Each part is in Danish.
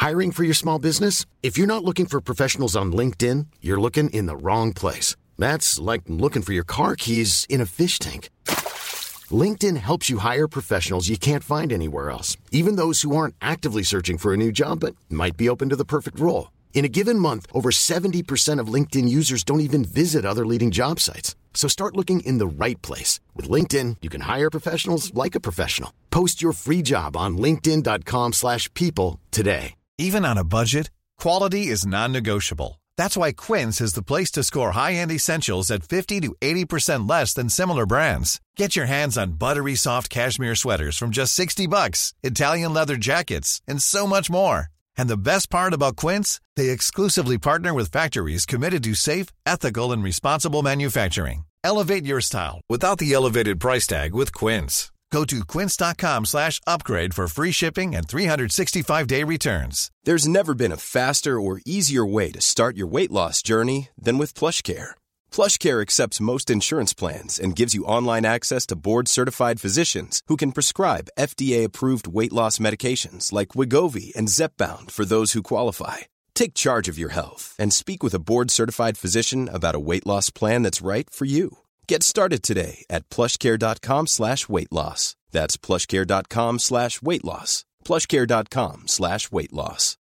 Hiring for your small business? If you're not looking for professionals on LinkedIn, you're looking in the wrong place. That's like looking for your car keys in a fish tank. LinkedIn helps you hire professionals you can't find anywhere else, even those who aren't actively searching for a new job but might be open to the perfect role. In a given month, over 70% of LinkedIn users don't even visit other leading job sites. So start looking in the right place. With LinkedIn, you can hire professionals like a professional. Post your free job on linkedin.com/people today. Even on a budget, quality is non-negotiable. That's why Quince is the place to score high-end essentials at 50 to 80% less than similar brands. Get your hands on buttery soft cashmere sweaters from just $60, Italian leather jackets, and so much more. And the best part about Quince, they exclusively partner with factories committed to safe, ethical, and responsible manufacturing. Elevate your style without the elevated price tag with Quince. Go to quince.com/upgrade for free shipping and 365-day returns. There's never been a faster or easier way to start your weight loss journey than with PlushCare. PlushCare accepts most insurance plans and gives you online access to board-certified physicians who can prescribe FDA-approved weight loss medications like Wegovy and Zepbound for those who qualify. Take charge of your health and speak with a board-certified physician about a weight loss plan that's right for you. Get started today at plushcare.com/weightloss. That's plushcare.com/weightloss. plushcare.com/weightloss.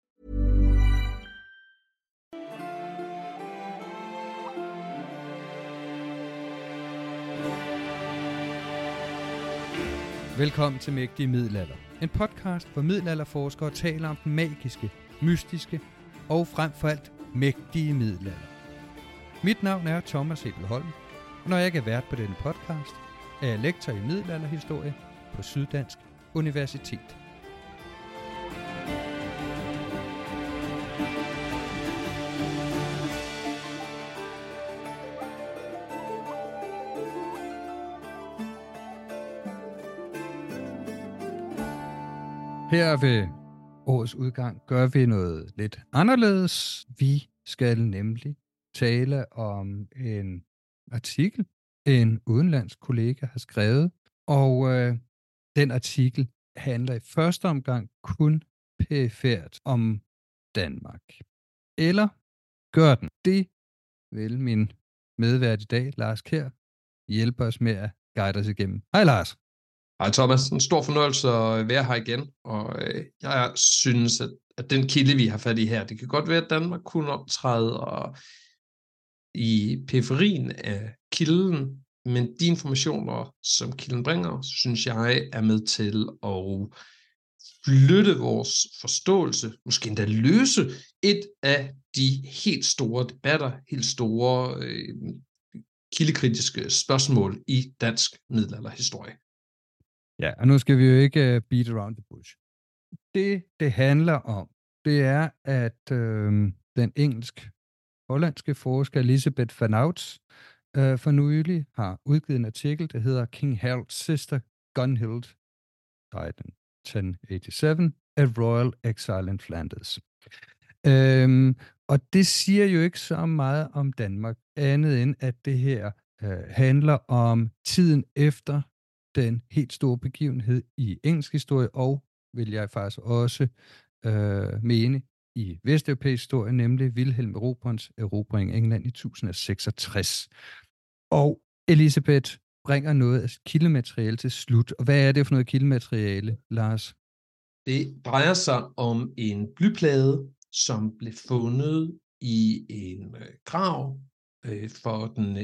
Velkommen til Mægtige Middelalder. En podcast, hvor middelalderforskere taler om den magiske, mystiske og frem for alt mægtige middelalder. Mit navn er Thomas Ebelholm, og når jeg ikke er vært på denne podcast, er jeg lektor i middelalderhistorie på Syddansk Universitet. Her ved årets udgang gør vi noget lidt anderledes. Vi skal nemlig tale om en artikel, en udenlandsk kollega har skrevet, og den artikel handler i første omgang kun perifert om Danmark. Eller gør den? Det vil min medvært i dag, Lars Kjær, hjælpe os med at guide os igennem. Hej Lars. Hej Thomas, en stor fornøjelse at være her igen, og jeg synes, at den kilde, vi har fat i her, det kan godt være, at Danmark kunne optræde i periferien af kilden, men de informationer, som kilden bringer, synes jeg er med til at flytte vores forståelse, måske endda løse et af de helt store debatter, helt store kildekritiske spørgsmål i dansk middelalderhistorie. Ja, og nu skal vi jo ikke beat around the bush. Det handler om, det er, at den engelsk-hollandske forsker Elisabeth van Out for nylig har udgivet en artikel, der hedder King Harold's Sister Gunhild died in 1087 at Royal Exile in Flanders. Og det siger jo ikke så meget om Danmark, andet end at det her handler om tiden efter den helt store begivenhed i engelsk historie, og vil jeg faktisk også mene i vesteuropæisk historie, nemlig Vilhelm Erobrerens erobring af England i 1066. Og Elisabeth bringer noget af kildemateriale til slut. Og hvad er det for noget kildemateriale, Lars? Det drejer sig om en blyplade, som blev fundet i en grav for den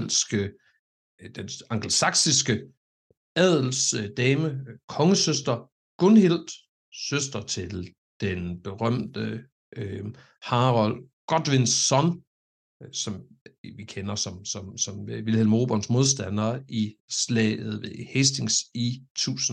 angelsaksiske adelsdame, kongesøster Gunhild, søster til den berømte Harold Godwinson, som vi kender som Vilhelm Erobrerens modstander i slaget ved Hastings i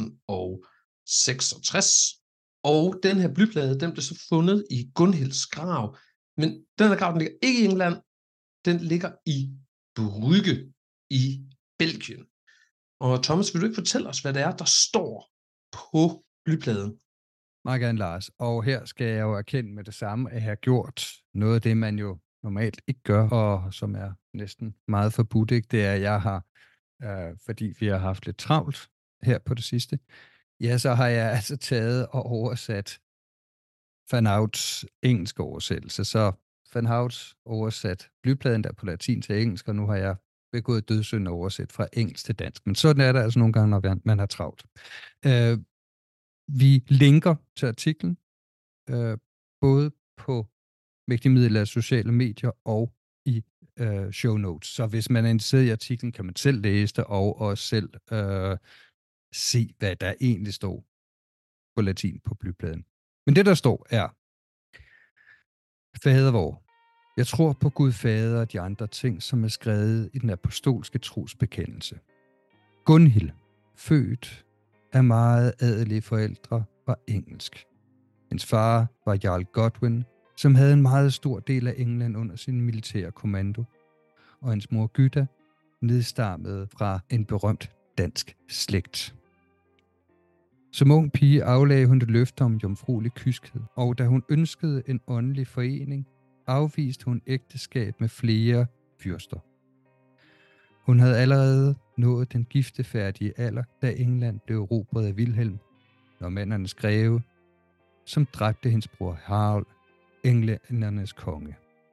1066. Og den her blyplade, den blev så fundet i Gunhilds grav, men den her grav, den ligger ikke i England, den ligger i Brugge i Belgien. Og Thomas, vil du ikke fortælle os, hvad det er, der står på blypladen? Meget gerne, Lars. Og her skal jeg jo erkende med det samme, at jeg har gjort noget af det, man jo normalt ikke gør, og som er næsten meget forbudt, ikke? Det er, at jeg har, fordi vi har haft lidt travlt her på det sidste, ja, så har jeg altså taget og oversat Van Houts engelske oversættelse. Så Van Hout oversat blypladen der på latin til engelsk, og nu har jeg begået dødssynd oversat fra engelsk til dansk. Men sådan er det altså nogle gange, når man har travlt. Vi linker til artiklen, både på Mægtige Middelalders sociale medier og i show notes. Så hvis man er interesseret i artiklen, kan man selv læse det, og også selv se, hvad der egentlig står på latin på blypladen. Men det, der står, er: Fader vor, jeg tror på Gud Fader og de andre ting, som er skrevet i den apostolske trosbekendelse. Gunhild, født af meget adelige forældre, var engelsk. Hendes far var Jarl Godwin, som havde en meget stor del af England under sin militære kommando, og hendes mor Gyda nedstammede fra en berømt dansk slægt. Som ung pige aflagde hun et løfte om jomfruelig kyskhed, og da hun ønskede en åndelig forening, afviste hun ægteskab med flere fyrster. Hun havde allerede nået den giftefærdige alder, da England blev erobret af Vilhelm, normændernes greve, som dræbte hendes bror Harald, englændernes konge.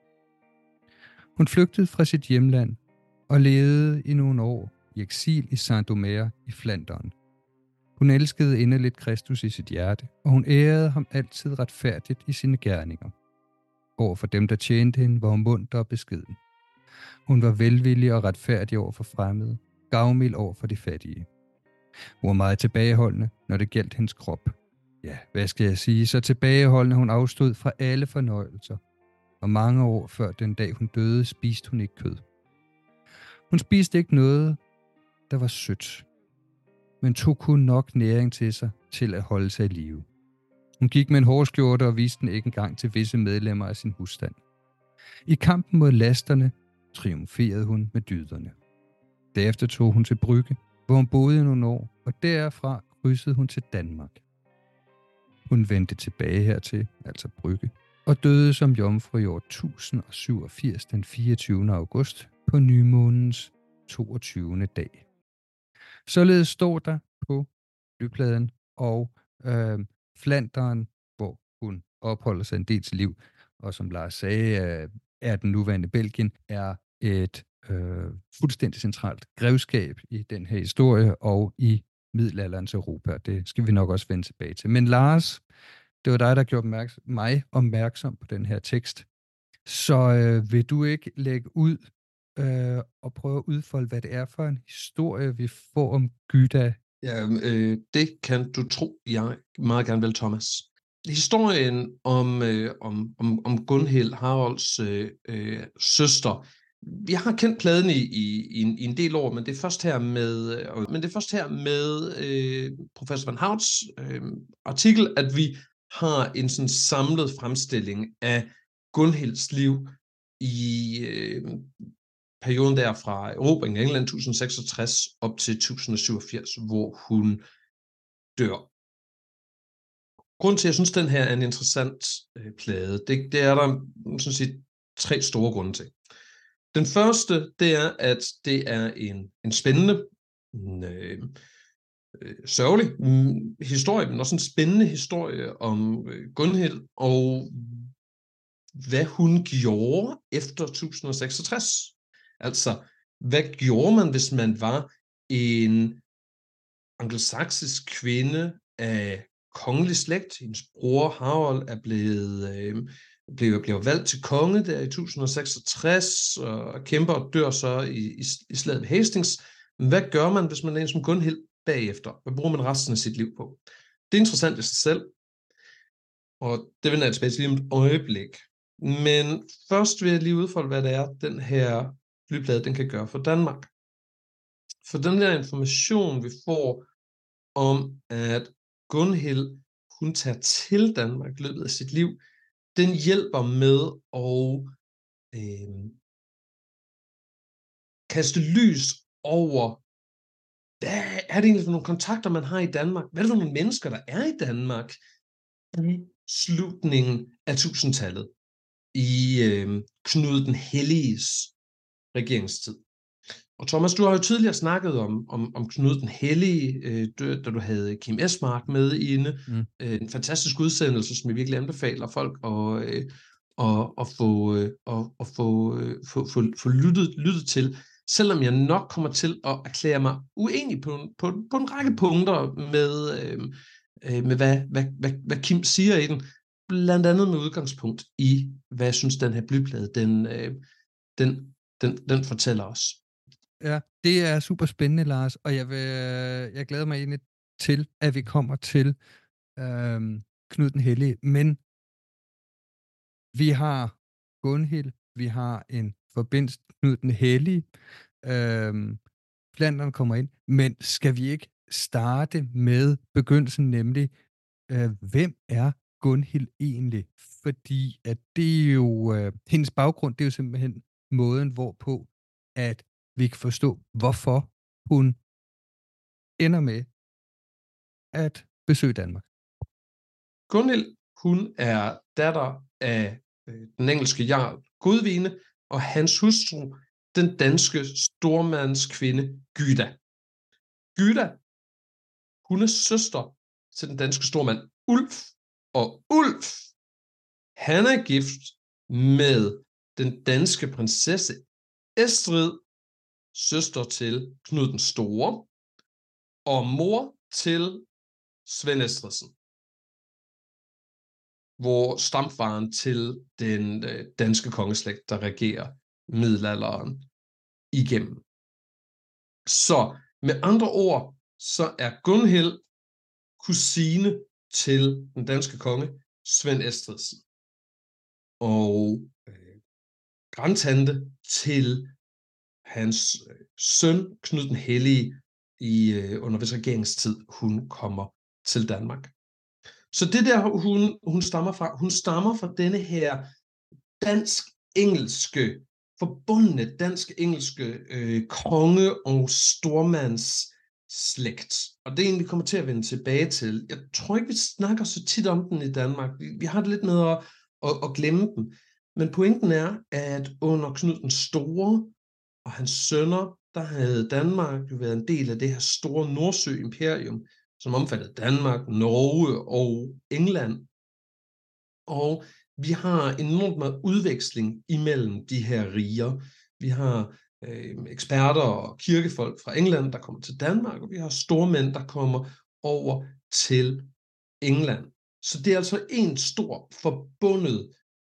Hun flygtede fra sit hjemland og levede i nogle år i eksil i Saint-Omer i Flandern. Hun elskede inderligt Kristus i sit hjerte, og hun ærede ham altid retfærdigt i sine gerninger. Over for dem, der tjente hende, var hun munter og beskeden. Hun var velvillig og retfærdig over for fremmede, gavmild over for de fattige. Hun var meget tilbageholdende, når det gjaldt hendes krop. Ja, hvad skal jeg sige, så tilbageholdende hun afstod fra alle fornøjelser. Og mange år før den dag hun døde, spiste hun ikke kød. Hun spiste ikke noget, der var sødt, men tog kun nok næring til sig til at holde sig i live. Hun gik med en hårskjorte og viste den ikke engang til visse medlemmer af sin husstand. I kampen mod lasterne triumferede hun med dyderne. Derefter tog hun til Brygge, hvor hun boede i nogle år, og derfra krydsede hun til Danmark. Hun vendte tilbage hertil, altså Brygge, og døde som jomfru i år 1087 den 24. august på nymånens 22. dag. Således står der på blypladen, og Flandern, hvor hun opholder sig en del til liv, og som Lars sagde, er den nuværende Belgien, er et fuldstændig centralt grevskab i den her historie og i middelalderens Europa. Det skal vi nok også vende tilbage til. Men Lars, det var dig, der gjorde mig opmærksom på den her tekst. Så vil du ikke lægge ud og prøve at udfolde, hvad det er for en historie, vi får om Gyda? Ja, det kan du tro, jeg meget gerne vil, Thomas. Historien om Gunhild, Haralds søster. Vi har kendt pladen i en del år, men det er først her med professor Van Houts artikel, at vi har en sådan samlet fremstilling af Gunhilds liv i perioden der fra erobringen af England 1066 op til 1087, hvor hun dør. Grunden til, at jeg synes, den her er en interessant plade, det er der sådan set 3 store grunde til. Den første, det er, at det er en spændende, sørgelig historie, men også en spændende historie om Gunhild og hvad hun gjorde efter 1066. Altså, hvad gjorde man, hvis man var en angelsaksisk kvinde af kongelig slægt? Hendes bror Harald er blev valgt til konge der i 1066, og kæmper og dør så i slaget ved Hastings. Men hvad gør man, hvis man er en som Gunhild bagefter? Hvad bruger man resten af sit liv på? Det er interessant i sig selv, og det vender jeg tilbage til lige om et øjeblik. Men først vil jeg lige udfolde, hvad det er, den her blyplade, den kan gøre for Danmark. For den her information, vi får om, at Gunhild, hun tager til Danmark i løbet af sit liv, den hjælper med at kaste lys over, hvad er det egentlig for nogle kontakter, man har i Danmark? Hvad er det for nogle mennesker, der er i Danmark i slutningen af 1000-tallet? I Knud den Helliges regeringstid. Og Thomas, du har jo tidligere snakket om Knud den Hellige, da du havde Kim Esmark med inde. En fantastisk udsendelse, som jeg virkelig anbefaler folk at få lyttet til. Selvom jeg nok kommer til at erklære mig uenig på en række punkter med hvad Kim siger i den. Blandt andet med udgangspunkt i, hvad jeg synes, den her blyplade, den fortæller os. Ja, det er super spændende, Lars, og jeg glæder mig egentlig til, at vi kommer til Knud den Hellige, men vi har Gunhild, vi har en forbindelse Knud den Hellige, Flandern kommer ind, men skal vi ikke starte med begyndelsen, nemlig, hvem er Gunhild egentlig? Fordi at det er jo, hendes baggrund, det er jo simpelthen måden, hvorpå at vi kan forstå, hvorfor hun ender med at besøge Danmark. Gunhild, hun er datter af den engelske jarl Godvine og hans hustru, den danske stormandskvinde Gyda. Gyda, hun er søster til den danske stormand Ulf, og Ulf, han er gift med den danske prinsesse Estrid, søster til Knud den Store, og mor til Svend Estridsen, hvor stamfaren til den danske kongeslægt, der regerer middelalderen igennem. Så med andre ord, så er Gunhild kusine til den danske konge, Svend Estridsen, og grandtante til hans søn, Knud den Hellige, under hvis regeringstid, hun kommer til Danmark. Så det der, hun stammer fra, hun stammer fra denne her dansk-engelske, forbundne dansk-engelske konge- og stormandsslægt. Og det er en, vi kommer til at vende tilbage til. Jeg tror ikke, vi snakker så tit om den i Danmark. Vi har det lidt med at glemme den. Men pointen er, at under Knud den Store og hans sønner, der havde Danmark jo været en del af det her store Nordsø-imperium, som omfattede Danmark, Norge og England. Og vi har enormt meget udveksling imellem de her riger. Vi har eksperter og kirkefolk fra England, der kommer til Danmark, og vi har stormænd, der kommer over til England. Så det er altså en stor forbundet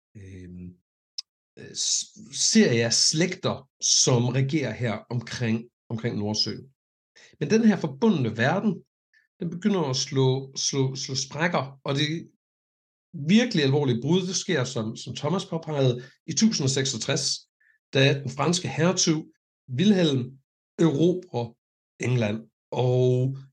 serie af slægter, som regerer her omkring Nordsøen. Men den her forbundne verden, den begynder at slå sprækker, og det virkelig alvorlige brud, det sker, som Thomas påpegede, i 1066, da den franske hertug Wilhelm erobrer England, og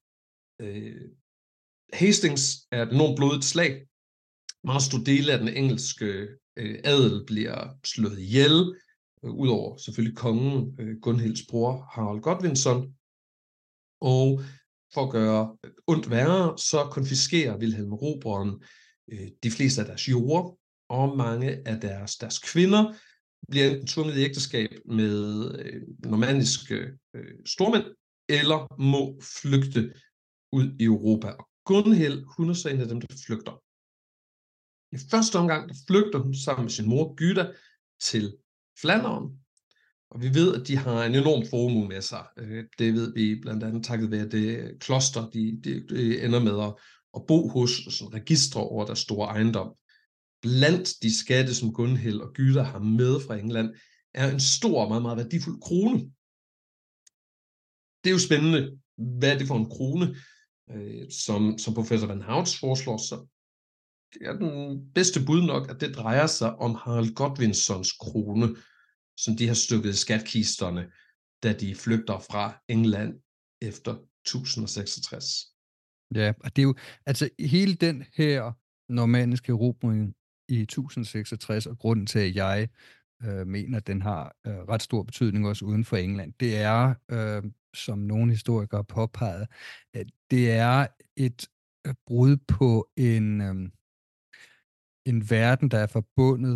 Hastings er et enormt blodigt slag. Meget stor dele af den engelske adel bliver slået ihjel, udover selvfølgelig kongen, Gunhilds bror, Harald Godwinson. Og for at gøre ondt værre, så konfiskerer Wilhelm Erobreren de fleste af deres jorder, og mange af deres kvinder bliver enten tvunget i ægteskab med normanniske stormænd, eller må flygte ud i Europa. Og Gunhild, hun er så en af dem, der flygter. I første omgang, der flygter hun sammen med sin mor Gyda til Flandern, og vi ved, at de har en enorm formue med sig. Det ved vi blandt andet takket være det kloster, de ender med at bo hos, sådan registre over deres store ejendom. Blandt de skatte, som Gunhild og Gyda har med fra England, er en stor, meget, meget værdifuld krone. Det er jo spændende, hvad er det for en krone, som professor Van Houts foreslår, så det er den bedste bud nok, at det drejer sig om Harald Godwinsons krone, som de har stykket i skatkisterne, da de flygter fra England efter 1066. Ja, og det er jo, altså hele den her normanniske erobring i 1066, og grunden til, at jeg mener, at den har ret stor betydning også uden for England, det er, som nogle historikere har påpeget, at det er et brud på en verden, der er forbundet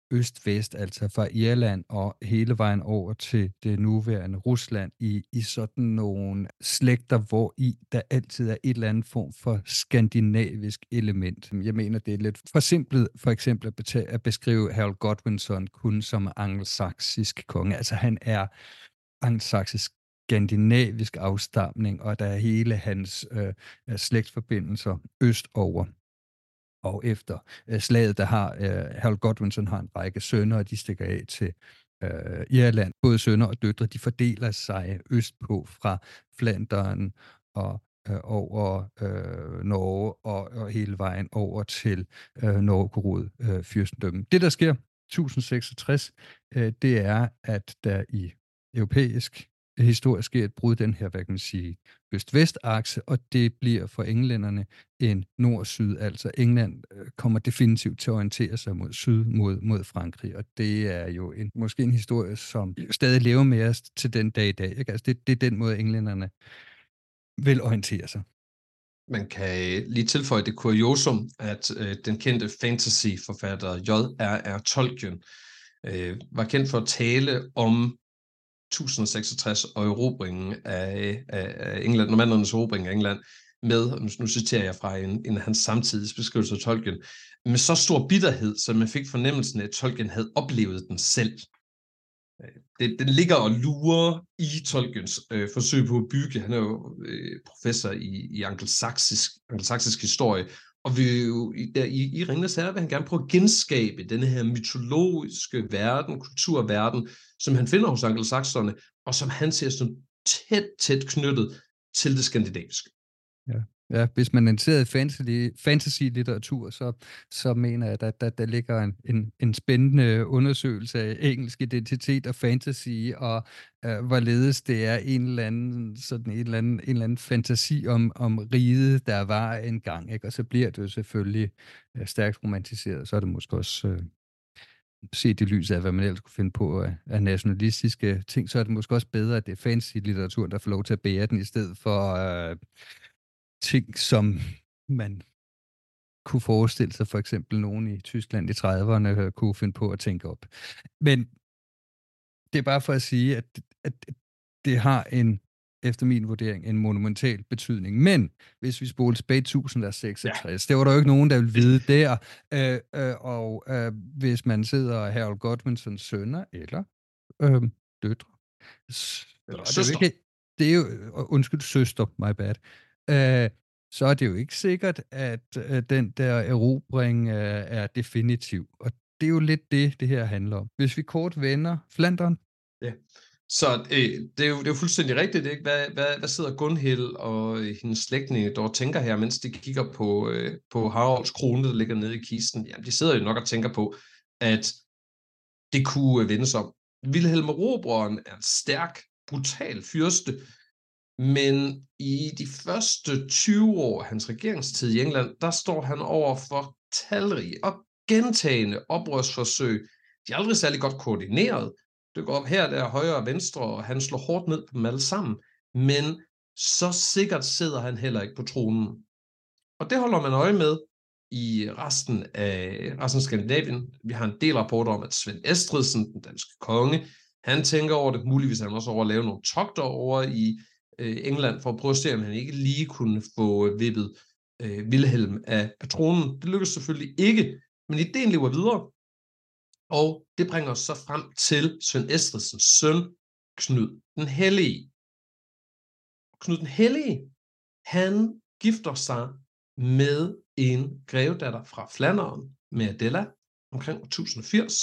øst-vest, altså fra Irland og hele vejen over til det nuværende Rusland i sådan nogle slægter, hvor i der altid er et eller andet form for skandinavisk element. Jeg mener, det er lidt forsimplet for eksempel at beskrive Harold Godwinson kun som angelsaksisk konge. Altså han er angelsaksisk skandinavisk afstamning, og der er hele hans slægtsforbindelser østover. Og efter slaget, der har Harold Godwinson har en række sønner, og de stikker af til Irland. Både sønner og døtre, de fordeler sig østpå fra Flandern og over Norge og hele vejen over til Novgorod fyrstendømme. Det, der sker 1066, det er, at der i europæisk historisk sker et brud den her, hvad kan man sige, øst-vest-akse, og det bliver for englænderne en nord-syd, altså England kommer definitivt til at orientere sig mod syd, mod Frankrig, og det er jo måske en historie, som stadig lever med os til den dag i dag. Ikke? Altså det er den måde, englænderne vil orientere sig. Man kan lige tilføje det kuriosum, at den kendte fantasy-forfatter J.R.R. Tolkien var kendt for at tale om 1066 og erobringen af England, normændernes erobring af England, med, nu citerer jeg fra en af hans samtidige beskrivelser af Tolkien, med så stor bitterhed, så man fik fornemmelsen af, at Tolkien havde oplevet den selv. Den ligger og lurer i Tolkiens forsøg på at bygge. Han er jo professor i angelsaksisk historie, og i Ringenes Herre vil han gerne prøve at genskabe denne her mytologiske verden, kulturverden, som han finder hos angelsakserne, og som han ser som tæt knyttet til det skandinaviske. Ja, hvis man er interesseret i fantasy-litteratur, så mener jeg, at der ligger en spændende undersøgelse af engelsk identitet og fantasy, og hvorledes det er en eller anden fantasi om riget, der var engang, ikke? Og så bliver det jo selvfølgelig stærkt romantiseret, så er det måske også set i lyset af, hvad man ellers kunne finde på af nationalistiske ting, så er det måske også bedre, at det er fantasy-litteratur, der får lov til at bære den, i stedet for ting, som man kunne forestille sig, for eksempel nogen i Tyskland i 30'erne kunne finde på at tænke op. Men det er bare for at sige, at det har efter min vurdering, en monumental betydning. Men hvis vi spoler tilbage i 1066, det var der jo ikke nogen, der ville vide der. Hvis man sidder Harold Godwinsons sønner eller døtre, eller søster. Det er jo, undskyld, søster, my bad. Så er det jo ikke sikkert, at den der erobring er definitiv. Og det er jo lidt det her handler om. Hvis vi kort vender Flandern. Ja, så det er jo fuldstændig rigtigt, ikke? Hvad sidder Gunhild og hendes slægtninge der tænker her, mens de kigger på Haralds krone, der ligger nede i kisten? Jamen, de sidder jo nok og tænker på, at det kunne vendes om. Vilhelm Erobreren er en stærk, brutal fyrste, men i de første 20 år af hans regeringstid i England, der står han over for talrige og gentagne oprørsforsøg. De er aldrig særlig godt koordineret. Det går op her, der højre og venstre, og han slår hårdt ned på dem alle sammen. Men så sikkert sidder han heller ikke på tronen. Og det holder man øje med i resten af Skandinavien. Vi har en del rapporter om, at Svend Estridsen, den danske konge, han tænker over det. Muligvis han også over at lave nogle togter over i England, for at prøve at se, om han ikke lige kunne få vippet Vilhelm af tronen. Det lykkedes selvfølgelig ikke, men ideen lever videre. Og det bringer os så frem til Svend Estridsens søn, Knud den Hellige. Knud den Hellige, han gifter sig med en grevedatter fra Flandern, med Adela, omkring 1080.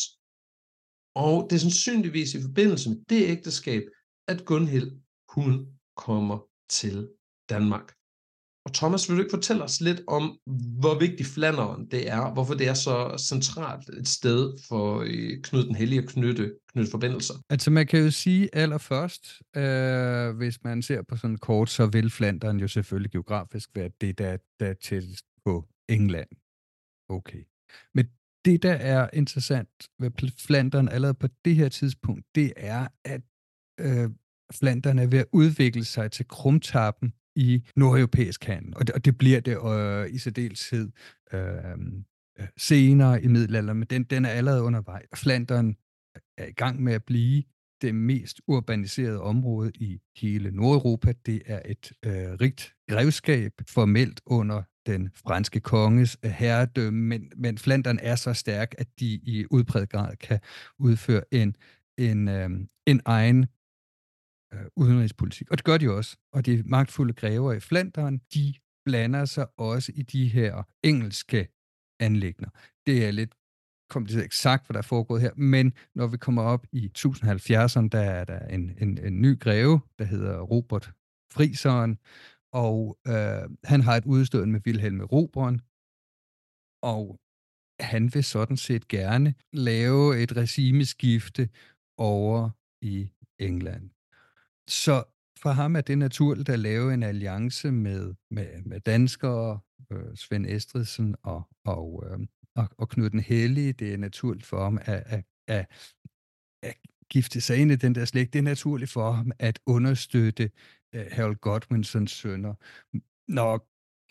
Og det er sandsynligvis i forbindelse med det ægteskab, at Gunhild, hun kommer til Danmark. Og Thomas, vil du ikke fortælle os lidt om, hvor vigtig Flandern det er, hvorfor det er så centralt et sted for Knud den Hellige at knytte forbindelser? Altså man kan jo sige allerførst, hvis man ser på sådan kort, så vil Flandern jo selvfølgelig geografisk være det, der er tættest på England. Okay. Men det, der er interessant ved Flandern allerede på det her tidspunkt, det er, at Flandern er ved at udvikle sig til krumtappen i nordeuropæisk handel, og det bliver det i særdeleshed senere i middelalderen, men den er allerede undervejs. Flandern er i gang med at blive det mest urbaniserede område i hele Nordeuropa. Det er et rigt grevskab, formelt under den franske konges herredømme, men Flandern er så stærk, at de i udpræget grad kan udføre en egen udenrigspolitik. Og det gør de også. Og de magtfulde grever i Flandern, de blander sig også i de her engelske anliggender. Det er lidt kompliceret eksakt, hvad der er foregået her, men når vi kommer op i 1070'erne, der er der en ny greve, der hedder Robert Friseren, og han har et udstående med Vilhelm Erobreren, og han vil sådan set gerne lave et regimeskifte over i England. Så for ham er det naturligt at lave en alliance med danskere, Svend Estridsen og Knud den Hellige. Det er naturligt for ham at gifte sig ind i den der slægt. Det er naturligt for ham at understøtte Harold Godwinsons sønner. Når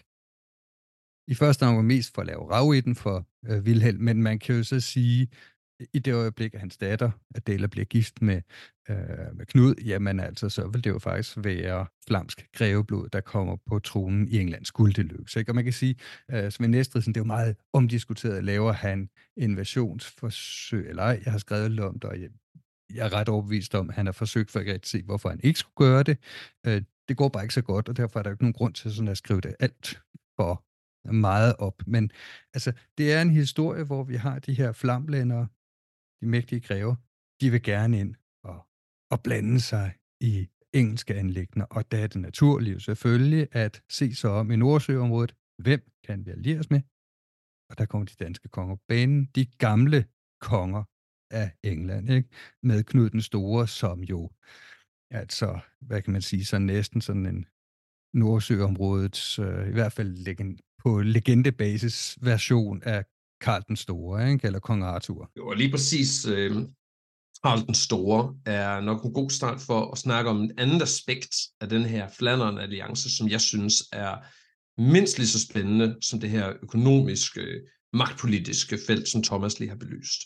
i første omgang mest for at lave rav i den for Vilhelm, men man kan jo så sige, i det øjeblik, at hans datter Adela bliver gift med Knud, jamen altså, så vil det jo faktisk være flamsk greveblod, der kommer på tronen i England. Skulle det lykkes. Og man kan sige, Svend Estridsen, det er jo meget omdiskuteret, laver han invasionsforsøg, eller ej. Jeg har skrevet lidt om det, og jeg er ret overbevist om, at han har forsøgt for at se, hvorfor han ikke skulle gøre det. Det går bare ikke så godt, og derfor er der jo ikke nogen grund til sådan at skrive det alt for meget op. Men altså, det er en historie, hvor vi har de her flamlændere, de mægtige grever, de vil gerne ind og blande sig i engelske anliggender, og der er det naturlige selvfølgelig at se sig om i Nordsøområdet. Hvem kan vi alliere os med? Og der kommer de danske konger på banen, de gamle konger af England, ikke? Med Knud den Store, som jo, altså, hvad kan man sige, så næsten sådan en Nordsøområdets, i hvert fald på legendebasis version af Karl den Store, ikke? Eller Kong Arthur. Jo, og lige præcis Karl den Store er nok en god start for at snakke om et andet aspekt af den her Flandern-alliance, som jeg synes er mindst lige så spændende som det her økonomiske, magtpolitiske felt, som Thomas lige har belyst.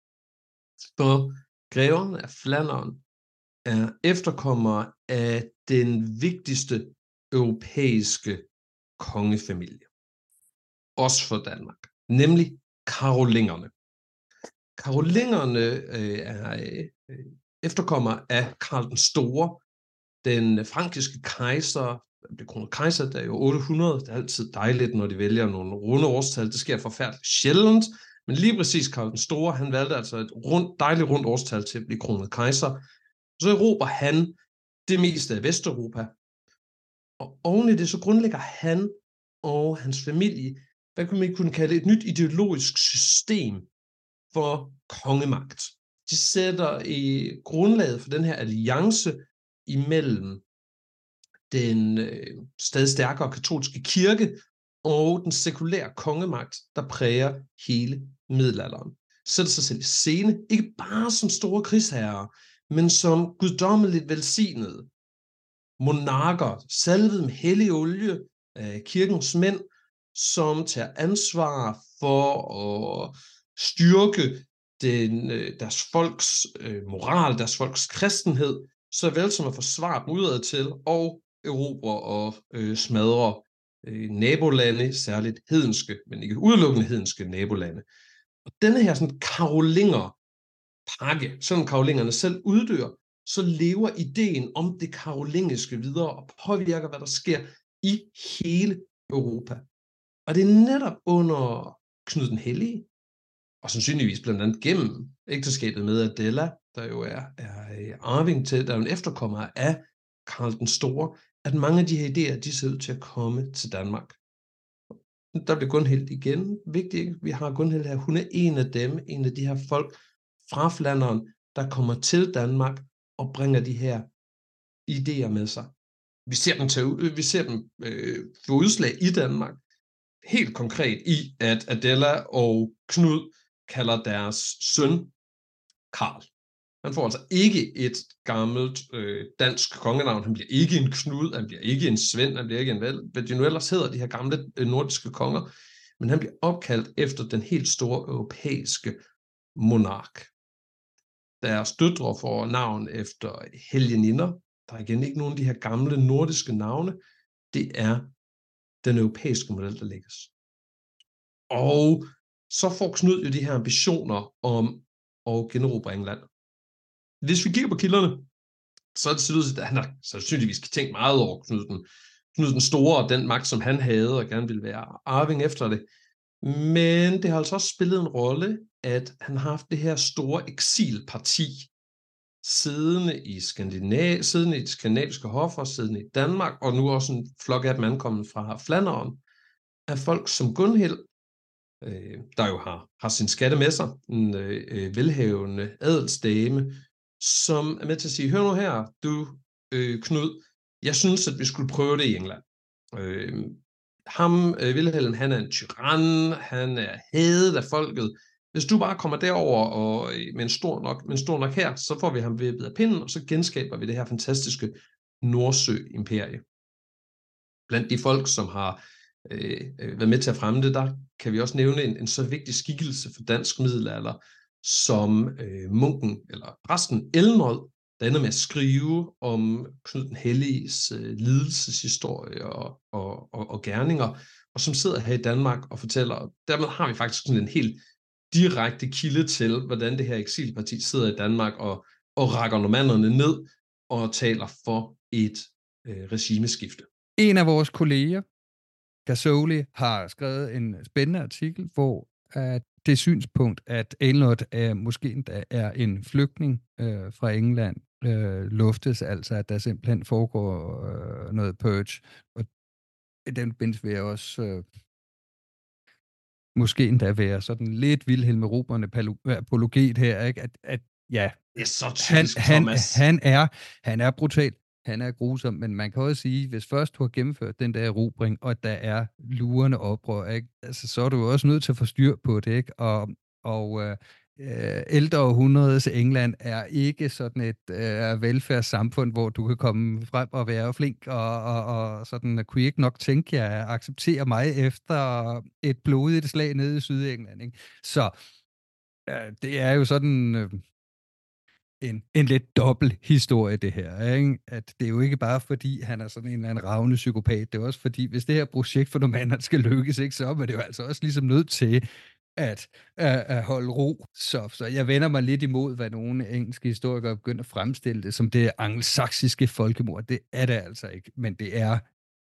For greverne af Flandern er efterkommere af den vigtigste europæiske kongefamilie, også for Danmark, nemlig karolingerne. Karolingerne er efterkommere af Karl den Store, den frankiske kejser, blev kronet kejser, der er jo 800. Det er altid dejligt, når de vælger nogle runde årstal. Det sker forfærdeligt sjældent, men lige præcis Karl den Store, han valgte altså et dejligt rundt årstal til at blive kronet kejser. Så erobrer han det meste af Vesteuropa, og oven i det så grundlægger han og hans familie, hvad kunne man kunne kalde et nyt ideologisk system for kongemagt. De sætter i grundlaget for den her alliance imellem den stadig stærkere katolske kirke og den sekulære kongemagt, der præger hele middelalderen. Sætter sig selv i scene, ikke bare som store krigsherrer, men som guddommeligt velsignede monarker, salvet med hellig olie af kirkens mænd, som tager ansvar for at styrke deres folks moral, deres folks kristenhed, såvel som at forsvare dem udad til og erobre og smadre nabolande, særligt hedenske, men ikke udelukkende hedenske nabolande. Og denne her sådan karolinger-pakke, sådan karolingerne selv uddør, så lever ideen om det karolingiske videre og påvirker, hvad der sker i hele Europa. Og det er netop under Knud den Hellige, og sandsynligvis blandt andet gennem ægteskabet med Adela, der jo er arving til, der er en efterkommer af Karl den Store, at mange af de her idéer, de ser ud til at komme til Danmark. Der bliver Gunhild igen vigtigt. Vi har Gunhild her. Hun er en af dem, en af de her folk fra Flandern, der kommer til Danmark og bringer de her idéer med sig. Vi ser dem få udslag i Danmark, helt konkret i, at Adela og Knud kalder deres søn Karl. Han får altså ikke et gammelt dansk kongenavn. Han bliver ikke en Knud, han bliver ikke en Svend, han bliver ikke en hvad de nu ellers hedder, de her gamle nordiske konger. men han bliver opkaldt efter den helt store europæiske monark. Deres døtre får navn efter helgeninder. Der er igen ikke nogen af de her gamle nordiske navne. Det er den europæiske model, der lægges. Og så får Knud jo de her ambitioner om at generobre England. Hvis vi kigger på kilderne, så er det sådan, at han har sandsynligvis tænkt meget over Knud den Store og den magt, som han havde, og gerne ville være arving efter det. Men det har altså også spillet en rolle, at han har haft det her store eksilparti, siddende i de skandinaviske hoffer, siddende i Danmark, og nu også en flok af dem ankommet fra Flandern, af folk som Gunhild, der jo har sin skatte med sig, en velhavende adelsdame, som er med til at sige, hør nu her, du Knud, jeg synes, at vi skulle prøve det i England. Vilhelm, han er en tyran, han er hadet af folket. Hvis du bare kommer derover og med en stor nok her, så får vi ham vippet af pinden, og så genskaber vi det her fantastiske Nordsø-imperie. Blandt de folk, som har været med til at fremme det, der kan vi også nævne en så vigtig skikkelse for dansk middelalder, som munken, eller præsten Elnod, der ender med at skrive om Knud den Helliges lidelseshistorie og gerninger, og som sidder her i Danmark og fortæller. Dermed har vi faktisk sådan en helt direkte kilde til, hvordan det her eksilparti sidder i Danmark og rækker normanderne ned og taler for et regimeskifte. En af vores kolleger, Gasoli, har skrevet en spændende artikel, hvor det synspunkt, at Elnod måske endda er en flygtning fra England, luftes, altså at der simpelthen foregår noget purge. Og i den forbindelse vil jeg også måske endda være sådan lidt Vilhelm Erobrende apologet her, ikke? At ja, det er så typisk, Thomas. Han er brutal, han er grusom, men man kan også sige, hvis først du har gennemført den der erobring, og der er lurende oprør, ikke? Altså, så er du jo også nødt til at få styr på det, ikke? Og ældre århundredes England er ikke sådan et velfærdssamfund, hvor du kan komme frem og være flink, og sådan, kunne I ikke nok tænke jer at acceptere mig efter et blodigt slag nede i Sydengland, ikke? Så det er jo sådan en lidt dobbelt historie, det her, ikke? At det er jo ikke bare fordi, han er sådan en eller anden ravne psykopat, det er også fordi, hvis det her projekt for normanderne skal lykkes, ikke, så er det jo altså også ligesom nødt til at holde ro. Så jeg vender mig lidt imod, hvad nogle engelske historikere begynder at fremstille det som det angelsaksiske folkemord. Det er det altså ikke, men det er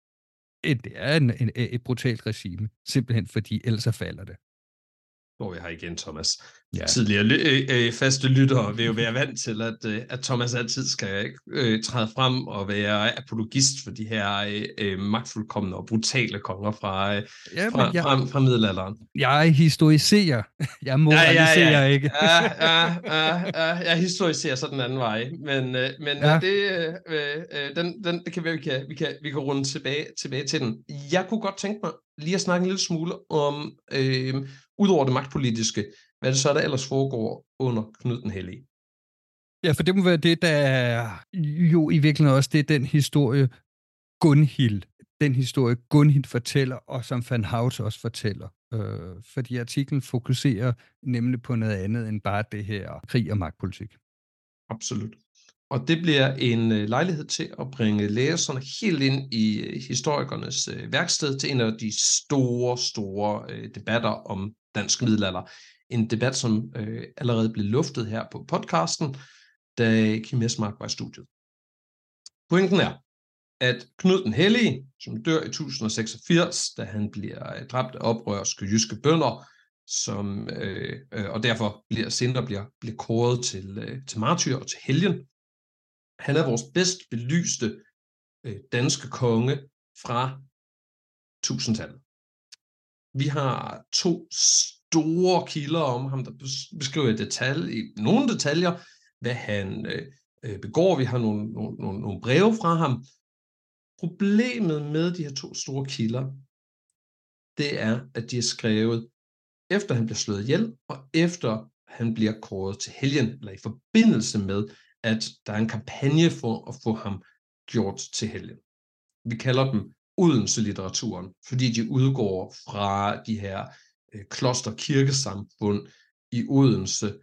et brutalt regime, simpelthen fordi ellers falder det. Hvor vi har igen, Thomas. Ja. Tidligere faste lyttere vil jo være vant til, at Thomas altid skal træde frem og være apologist for de her magtfuldkomne og brutale konger fra middelalderen. Jeg historiserer. Jeg moraliserer ikke. Jeg historiserer så den anden vej. Men det kan være, vi kan runde tilbage til den. Jeg kunne godt tænke mig lige at snakke en lille smule om udover det magtpolitiske, hvad det så der ellers foregår under Knud den Hellige. Ja, for det må være det, der er jo i virkeligheden også, det er den historie Gunhild fortæller, og som Van Hout også fortæller. Fordi artiklen fokuserer nemlig på noget andet end bare det her krig og magtpolitik. Absolut. Og det bliver en lejlighed til at bringe læserne helt ind i historikernes værksted til en af de store debatter om dansk middelalder. En debat, som allerede blev luftet her på podcasten, da Kim Esmark var i studiet. Pointen er, at Knud den Hellige, som dør i 1086, da han bliver dræbt af oprørske jyske bønder, som, og derfor senere bliver kåret til martyr og til helgen. Han er vores bedst belyste danske konge fra 1000-tallet. Vi har 2 store kilder om ham, der beskriver i nogle detaljer, hvad han begår. Vi har nogle breve fra ham. Problemet med de her 2 store kilder, det er, at de er skrevet efter han bliver slået ihjel, og efter han bliver kåret til helgen, eller i forbindelse med, at der er en kampagne for at få ham gjort til helgen. Vi kalder dem Odense-litteraturen, fordi de udgår fra de her kloster-kirkesamfund i Odense,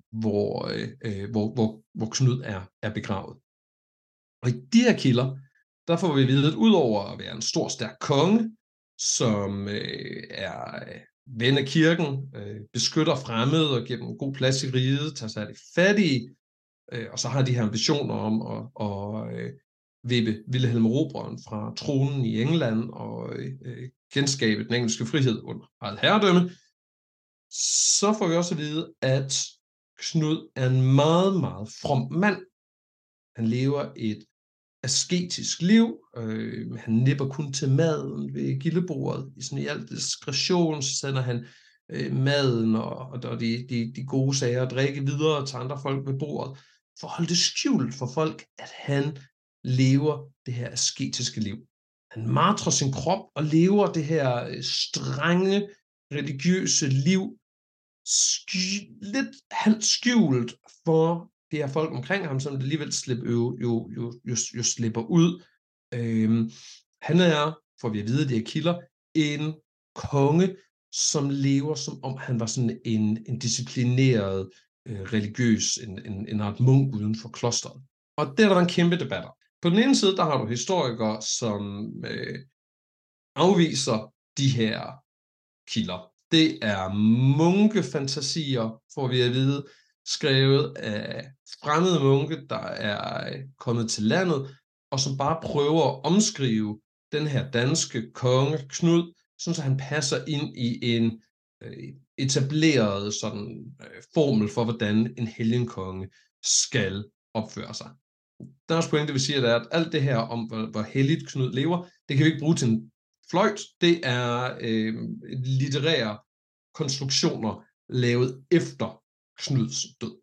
hvor Knud er begravet. Og i de her kilder, der får vi at vide, at udover at være en stor, stærk konge, som er ven af kirken, beskytter fremmede og giver dem god plads i riget, tager sig af de fattige, og så har de her ambitioner om at vippe Vilhelm Erobreren fra tronen i England og genskabe den engelske frihed under eget herredømme, så får vi også at vide, at Knud er en meget, meget from mand. Han lever et asketisk liv. Han nipper kun til maden ved gildebordet. I al diskretion så sender han maden og de gode sager og drikke videre til andre folk ved bordet, for at holde det skjult for folk, at han lever det her asketiske liv. Han martrer sin krop og lever det her strenge, religiøse liv, lidt halvt skjult for de her folk omkring ham, som alligevel slipper ud. Han er, får vi at vide de her kilder, en konge, som lever som om han var sådan en disciplineret religiøs, en art munk uden for klosteret. Og der er der en kæmpe debat. På den ene side, der har du historikere, som afviser de her kilder. Det er munkefantasier, får vi at vide, skrevet af fremmede munke, der er kommet til landet, og som bare prøver at omskrive den her danske konge, Knud, så han passer ind i en etableret sådan, formel for, hvordan en helgenkonge skal opføre sig. Deres pointe vil sige, at alt det her om, hvor helligt Knud lever, det kan vi ikke bruge til en fløjt. Det er litterære konstruktioner lavet efter Knuds død.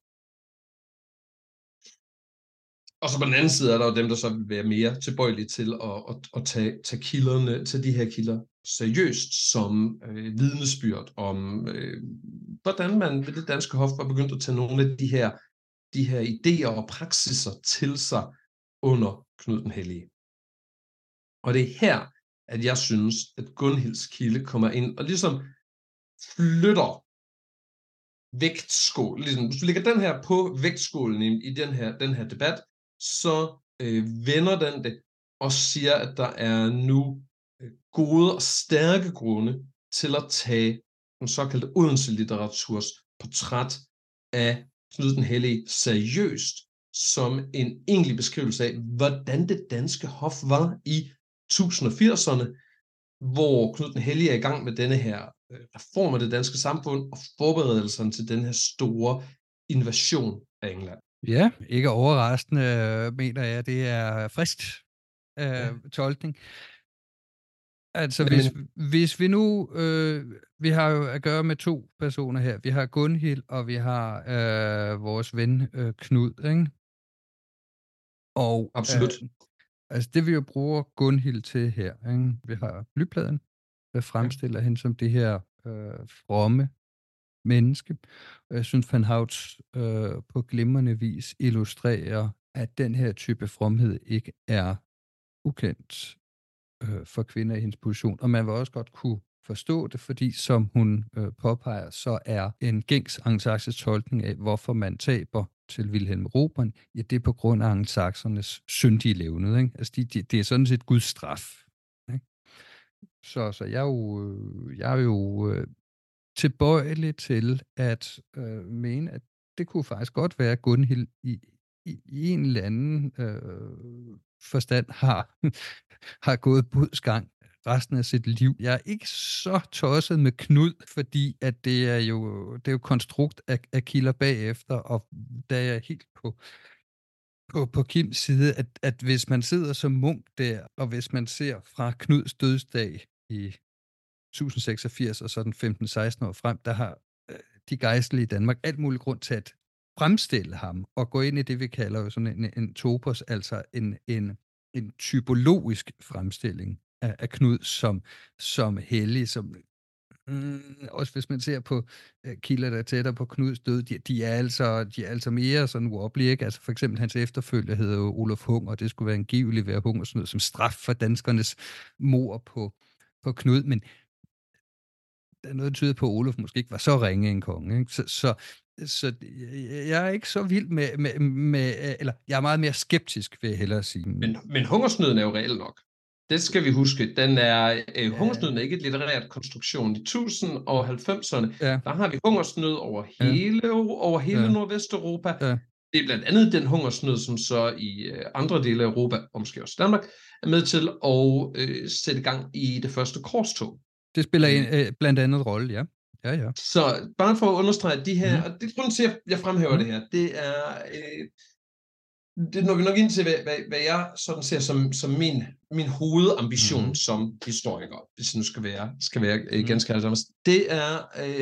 Og så på den anden side er der jo dem, der så vil være mere tilbøjelige til at tage kilderne, til de her kilder seriøst som vidnesbyrd om, hvordan man ved det danske hof var begyndt at tage nogle af de her idéer og praksiser til sig under Knud den Hellige. Og det er her, at jeg synes, at Gunhilds kilde kommer ind og ligesom flytter vægtskål. Ligesom, hvis du lægger den her på vægtskålen i den her debat, så vender den det og siger, at der er nu gode og stærke grunde til at tage den såkaldte Odense-litteraturs portræt af Knud den Hellige seriøst som en egentlig beskrivelse af, hvordan det danske hof var i 1080'erne, hvor Knud den Hellige er i gang med denne her reform af det danske samfund og forberedelserne til den her store invasion af England. Ja, ikke overraskende, mener jeg. Det er frisk tolkning. Altså, hvis vi nu... vi har jo at gøre med to personer her. Vi har Gunhild, og vi har vores ven Knud, ikke? Og, absolut. Altså, det vi jo bruger Gunhild til her, ikke? Vi har blypladen, der fremstiller hende som det her fromme menneske. Og jeg synes, Van Houts på glimrende vis illustrerer, at den her type fromhed ikke er ukendt for kvinder i hendes position. Og man vil også godt kunne forstå det, fordi som hun påpeger, så er en gængs angelsaksisk tolkning af, hvorfor man taber til Vilhelm Erobreren, ja, det er på grund af angelsakskernes syndige levned. Ikke? Altså, det er sådan set Guds straf. Ikke? Så jeg er jo tilbøjelig til at mene, at det kunne faktisk godt være, at Gunhild i en eller anden forstand har gået budsgang resten af sit liv. Jeg er ikke så tosset med Knud, fordi at det er jo konstrukt af kilder bagefter, og der er jeg helt på Kims side, at hvis man sidder som munk der, og hvis man ser fra Knuds dødsdag i 1086 og så den 15-16 år frem, der har de gejstlige i Danmark alt mulig grund til at fremstille ham og gå ind i det, vi kalder jo sådan en topos, altså en typologisk fremstilling af Knud som hellig, som Også hvis man ser på kilder, der er tættere på Knuds død, de er altså mere sådan uoplige, ikke? Altså for eksempel hans efterfølger hedder jo Olof Hunger, og det skulle være angiveligt være hungersnød som straf for danskernes mord på Knud, men der er noget, der tyder på, at Olof måske ikke var så ringe en konge, ikke? Så jeg er ikke så vild med eller jeg er meget mere skeptisk, vil jeg hellere sige. Men hungersnøden er jo reelt nok. Det skal vi huske. Den er, hungersnøden er ikke et litterært konstruktion. I 1090'erne, der har vi hungersnød over hele Nordvesteuropa. Ja. Det er blandt andet den hungersnød, som så i andre dele af Europa, og måske også Danmark, er med til at sætte gang i det første korstog. Det spiller blandt andet rolle, ja. Ja. Så bare for at understrege de her, og det er grunden til, at jeg fremhæver det her, det er, det når vi nok ind til, hvad jeg sådan ser som min hovedambition som historiker, hvis det nu skal være ganske ærligt. Det er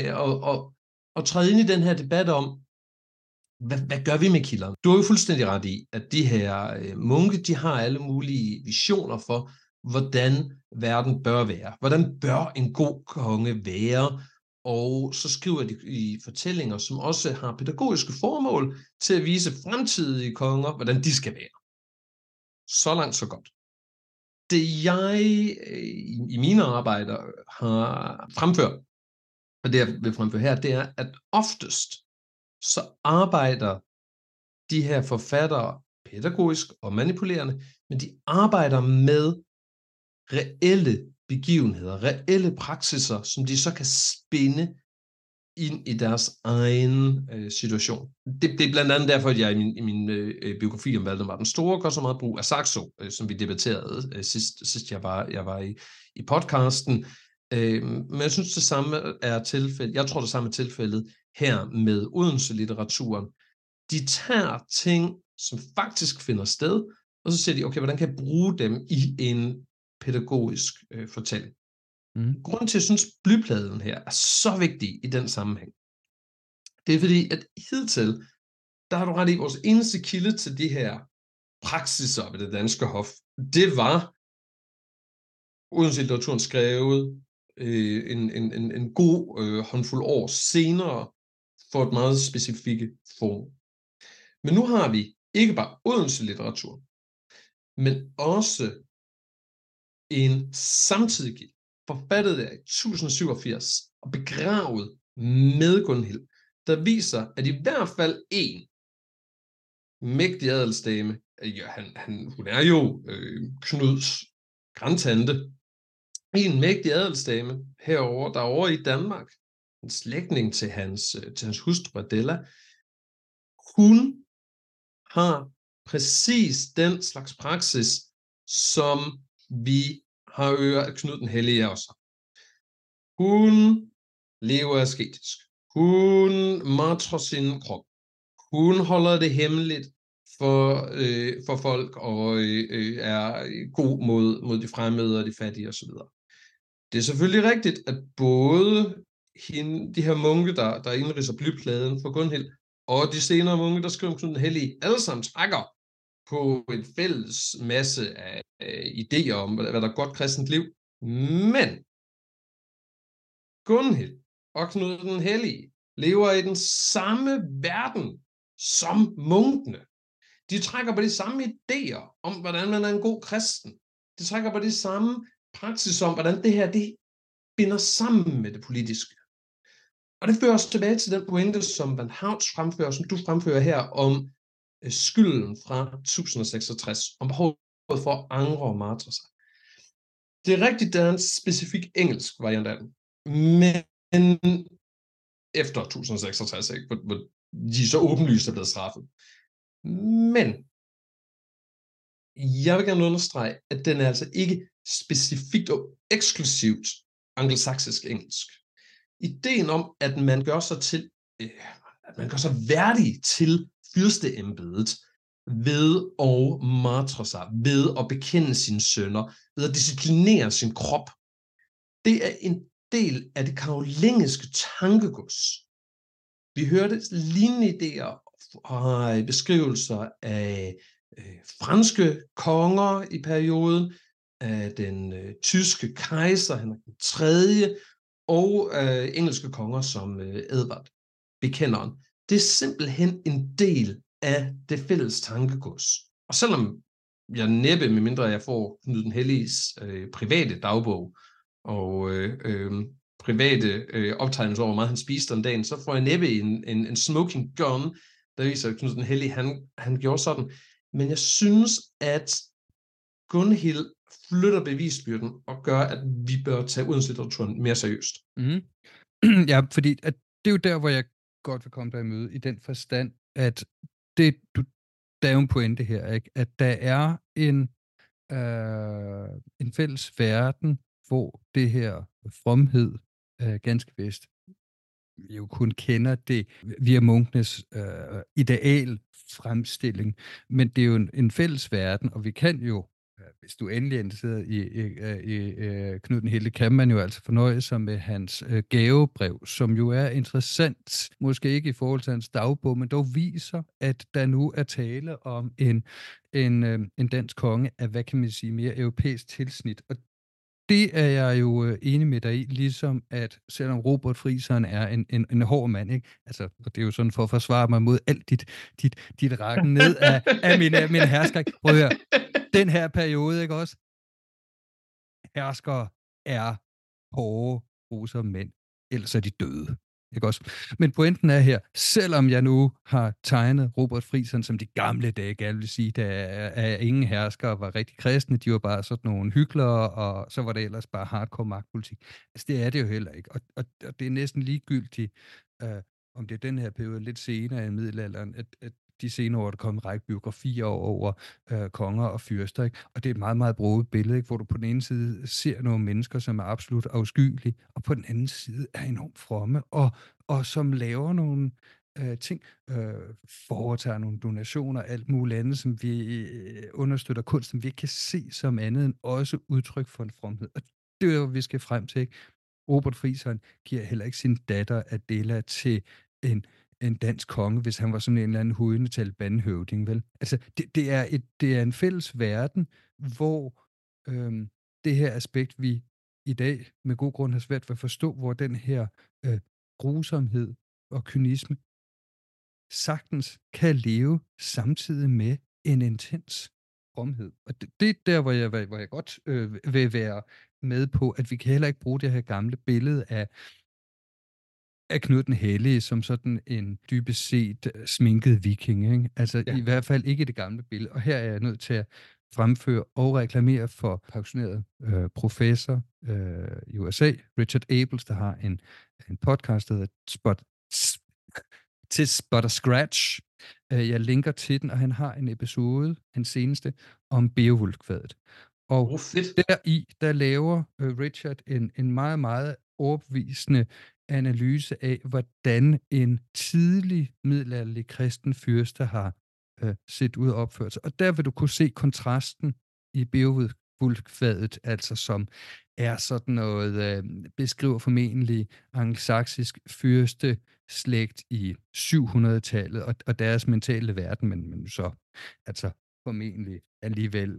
at træde ind i den her debat om, hvad gør vi med kilderne? Du er jo fuldstændig ret i, at de her munke, de har alle mulige visioner for, hvordan verden bør være. Hvordan bør en god konge være? Og så skriver de i fortællinger, som også har pædagogiske formål til at vise fremtidige konger, hvordan de skal være. Så langt, så godt. Det jeg i mine arbejder har fremført, og det jeg vil fremføre her, det er, at oftest så arbejder de her forfattere pædagogisk og manipulerende, men de arbejder med reelle begivenheder, reelle praksiser, som de så kan spinde ind i deres egen situation. Det er blandt andet derfor, at jeg i min biografi om Valdemar den Store gør så meget brug af Saxo, som vi debatterede sidst jeg var i podcasten. Men jeg synes, det samme er tilfældet. Jeg tror, det samme er tilfældet her med Odense-litteraturen. De tager ting, som faktisk finder sted, og så siger de, okay, hvordan kan jeg bruge dem i en pædagogisk fortælling. Grunden til, at jeg synes, blypladen her er så vigtig i den sammenhæng, det er fordi, at hidtil, der har du ret i, vores eneste kilde til de her praksiser ved det danske hof, det var Odense-litteraturen skrevet en god håndfuld år senere for et meget specifikke form. Men nu har vi ikke bare Odense-litteratur, men også en samtidig kilde, forfattet der i 1087 og begravet med Gunhild, der viser, at i hvert fald en mægtig adelsdame, hun er jo Knuds grandtante, en mægtig adelsdame derovre i Danmark, en slægtning til hans hustru Adela, hun har præcis den slags praksis, som vi har hørt, at Knud den Hellige også. Hun lever asketisk. Hun martrer sin krop. Hun holder det hemmeligt for folk og er god mod de fremmede og de fattige osv. Det er selvfølgelig rigtigt, at både de her munke, der indridser blypladen for Gunhild, og de senere munke, der skriver om Knud den Hellige, alle sammen trækker på en fælles masse af idéer om, hvad der er godt kristent liv. Men Gunhild og Knud den Hellige lever i den samme verden som munkene. De trækker på de samme idéer om, hvordan man er en god kristen. De trækker på de samme praksis om, hvordan det her det binder sammen med det politiske. Og det fører os tilbage til den pointe, som Van Houts fremfører, som du fremfører her, om skylden fra 1066, om behovet for at angre og martre sig. Det er rigtigt, der er en specifik engelsk variant af den, men efter 1066, ikke, hvor de så åbenlyst er blevet straffet. Men jeg vil gerne understrege, at den er altså ikke specifikt og eksklusivt angelsaksisk engelsk. Ideen om, at man gør sig værdig til fyrsteembedet ved at martre sig, ved at bekende sine synder, ved at disciplinere sin krop, det er en del af det karolingiske tankegods. Vi hørte lignende idéer og beskrivelser af franske konger i perioden, af den tyske kejser Henrik III, og engelske konger som Edvard, Bekenderen. Det er simpelthen en del af det fælles tankegods. Og selvom jeg næppe, medmindre jeg får Knud den Helliges private dagbog og private optegnelser over, hvor meget han spiste om dagen, så får jeg næppe en smoking gun, der viser, at Knud den Hellige, han gjorde sådan. Men jeg synes, at Gunhild flytter bevisbyrden og gør, at vi bør tage udenlandslitteraturen mere seriøst. Mm. Ja, fordi at det er jo der, hvor jeg godt vil komme dig i møde, i den forstand, at der er jo en pointe her, ikke? At der er en fælles verden, hvor det her fromhed ganske vist jo kun kender det via Munknes ideal fremstilling, men det er jo en fælles verden, og vi kan jo, hvis du endelig er interesseret i Knud den Hellige, kan man jo altså fornøje sig med hans gavebrev, som jo er interessant, måske ikke i forhold til hans dagbog, men dog viser, at der nu er tale om en dansk konge af, hvad kan man sige, mere europæisk tilsnit. Og det er jeg jo enig med dig i, ligesom at selvom Robert Friiseren er en hård mand, ikke? Altså, og det er jo sådan for at forsvare mig mod alt dit rakken ned af min hersker. Prøv at høre, den her periode, ikke også? Herskere er hårde, grusomme mænd, ellers er de døde. Ikke også? Men pointen er her, selvom jeg nu har tegnet Robert Friiseren som de gamle dage, gerne vil sige, der er ingen herskere var rigtig kristne, de var bare sådan nogle hyklere, og så var det ellers bare hardcore magtpolitik. Altså det er det jo heller ikke, og det er næsten ligegyldigt, om det er den her periode lidt senere i middelalderen, at de senere år, der kom en række biografier over konger og fyrster, ikke? Og det er et meget, meget broget billede, ikke? Hvor du på den ene side ser nogle mennesker, som er absolut afskyelige, og på den anden side er enormt fromme, og som laver nogle ting, foretager nogle donationer, alt muligt andet, som vi understøtter kunst, som vi ikke kan se som andet end også udtryk for en fromhed. Og det er jo, vi skal frem til, ikke? Robert Friiseren giver heller ikke sin datter Adela til en dansk konge, hvis han var sådan en eller anden hudende Taliban-høvding, vel? Altså, det er en fælles verden, hvor det her aspekt, vi i dag med god grund har svært ved at forstå, hvor den her grusomhed og kynisme sagtens kan leve samtidig med en intens fromhed. Og det er der, hvor jeg godt vil være med på, at vi kan heller ikke bruge det her gamle billede af Knud den Hellige som sådan en dybest set sminket viking, ikke? Altså i hvert fald ikke det gamle billede. Og her er jeg nødt til at fremføre og reklamere for pensioneret professor i USA, Richard Abels, der har en podcast, der hedder Spot og Scratch. Jeg linker til den, og han har en episode, hans seneste, om Beowulf-kvadet. Og der laver Richard en meget, meget overbevisende analyse af, hvordan en tidlig middelalderlig kristen fyrste har set ud og opført sig. Og der vil du kunne se kontrasten i Beowulf-kvadet, altså som er sådan noget, beskriver formentlig angelsaksisk fyrste slægt i 700-tallet, og deres mentale verden, men så altså formentlig alligevel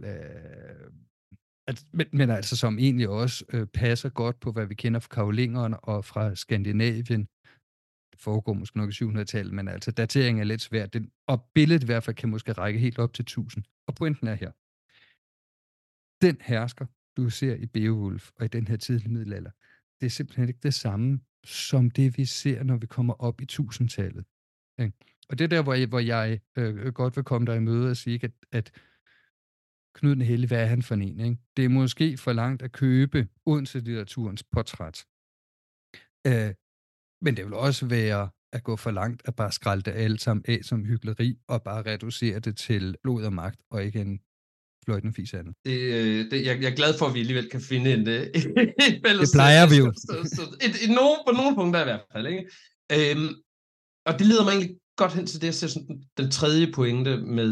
men altså som egentlig også passer godt på, hvad vi kender fra karolingerne og fra Skandinavien. Det foregår måske nok i 700-tallet, men altså dateringen er lidt svært. Og billedet i hvert fald kan måske række helt op til 1000. Og pointen er her. Den hersker, du ser i Beowulf og i den her tidlige middelalder, det er simpelthen ikke det samme som det, vi ser, når vi kommer op i 1000-tallet. Og det er der, hvor jeg godt vil komme dig i møde og sige, at Knud den Hellige, hvad er han for en, ikke? Det er måske for langt at købe Odense-litteraturens portræt. Men det vil også være at gå for langt at bare skralde det alt sammen af som hykleri og bare reducere det til blod og magt og ikke en fløjtende fis andet. Jeg er glad for, at vi alligevel kan finde et fælles... Det plejer vi jo. På nogle punkter i hvert fald, ikke? Og det leder mig egentlig godt hen til det, jeg ser sådan den tredje pointe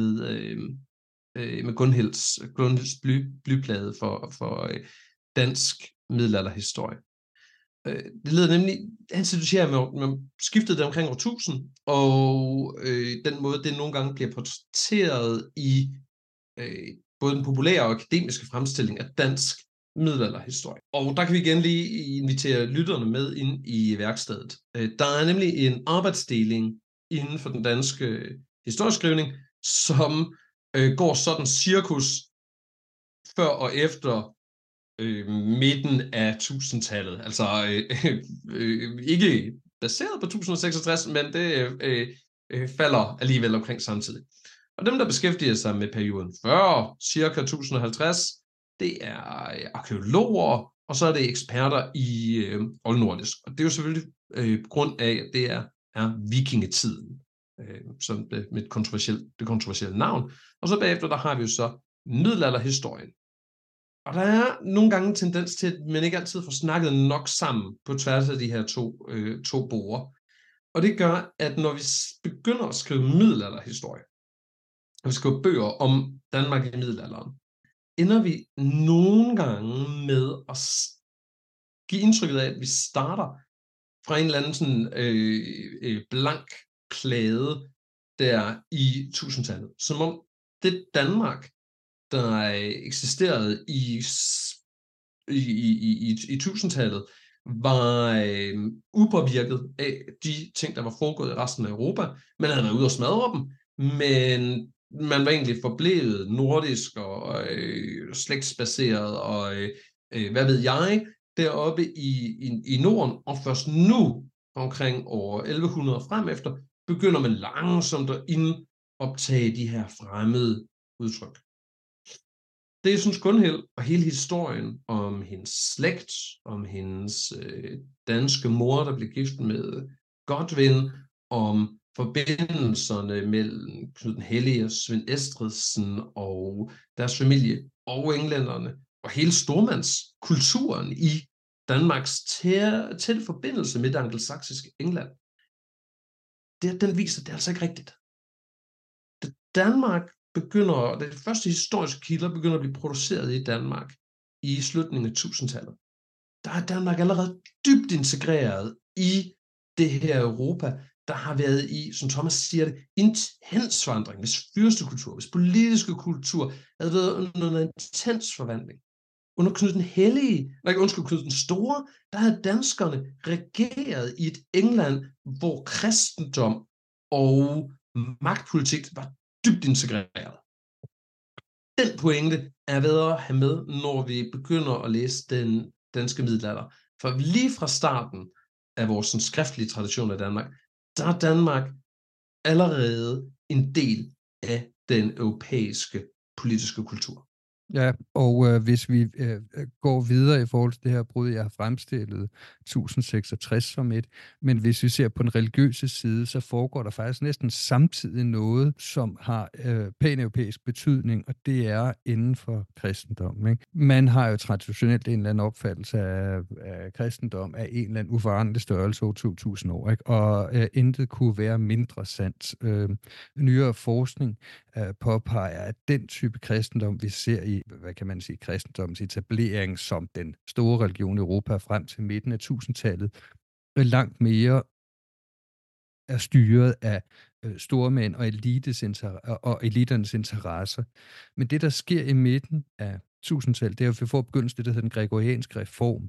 med Gunhilds blyplade for dansk middelalderhistorie. Det leder nemlig, han situerer med skiftet det omkring år 1000, og den måde, det nogle gange bliver portrætteret i både den populære og akademiske fremstilling af dansk middelalderhistorie. Og der kan vi igen lige invitere lytterne med ind i værkstedet. Der er nemlig en arbejdsdeling inden for den danske historieskrivning, som går sådan cirkus før og efter midten af 1000-tallet. Altså ikke baseret på 1066, men det falder alligevel omkring samtidig. Og dem, der beskæftiger sig med perioden før cirka 1050, det er arkæologer, og så er det eksperter i oldnordisk. Og det er jo selvfølgelig på grund af, at det er vikingetiden, som med det kontroversielle navn. Og så bagefter, der har vi jo så middelalderhistorien. Og der er nogle gange en tendens til, at man ikke altid får snakket nok sammen på tværs af de her to borer. Og det gør, at når vi begynder at skrive middelalderhistorie, og vi skriver bøger om Danmark i middelalderen, ender vi nogle gange med at give indtrykket af, at vi starter fra en eller anden sådan, blank plade der i 1000-tallet. Som om det Danmark, der eksisterede i 1000-tallet, var upåvirket af de ting, der var foregået i resten af Europa. Man havde været ude og smadre dem, men man var egentlig forblevet nordisk og slægtsbaseret og hvad ved jeg, deroppe i Norden, og først nu, omkring år 1100 frem efter, begynder man langsomt at indoptage de her fremmede udtryk. Det er sådan Gunhild og hele historien om hendes slægt, om hendes danske mor, der blev gift med Godwin, om forbindelserne mellem Knud den Hellige og Svend Estridsen og deres familie og englænderne, og hele stormandskulturen i Danmarks tætte forbindelse med det angelsaksiske England. Den viser, at det er altså ikke rigtigt. Danmark begynder, de første historiske kilder begynder at blive produceret i Danmark i slutningen af 1000-tallet. Der er Danmark allerede dybt integreret i det her Europa, der har været i, som Thomas siger det, intens forandring, hvis fyrstekultur, hvis politiske kultur havde været under en intens forvandling. Under Knud den Hellige, Knud den Store, der havde danskerne regeret i et England, hvor kristendom og magtpolitik var dybt integreret. Den pointe er ved at have med, når vi begynder at læse den danske middelalder. For lige fra starten af vores skriftlige tradition af Danmark, der er Danmark allerede en del af den europæiske politiske kultur. Ja, og hvis vi går videre i forhold til det her brud, jeg har fremstillet 1066 som et, men hvis vi ser på den religiøse side, så foregår der faktisk næsten samtidig noget, som har pan-europæisk betydning, og det er inden for kristendom. Ikke? Man har jo traditionelt en eller anden opfattelse af kristendom af en eller anden uforanderlig størrelse over 2000 år, ikke? Og intet kunne være mindre sandt. Nyere forskning påpeger, at den type kristendom, vi ser i, hvad kan man sige, kristendommens etablering som den store religion i Europa frem til midten af 1000-tallet, langt mere er styret af stormænd og eliternes interesser. Men det, der sker i midten af 1000-tallet, det er, at vi får begyndelsen af det, der hedder den gregorianske reform.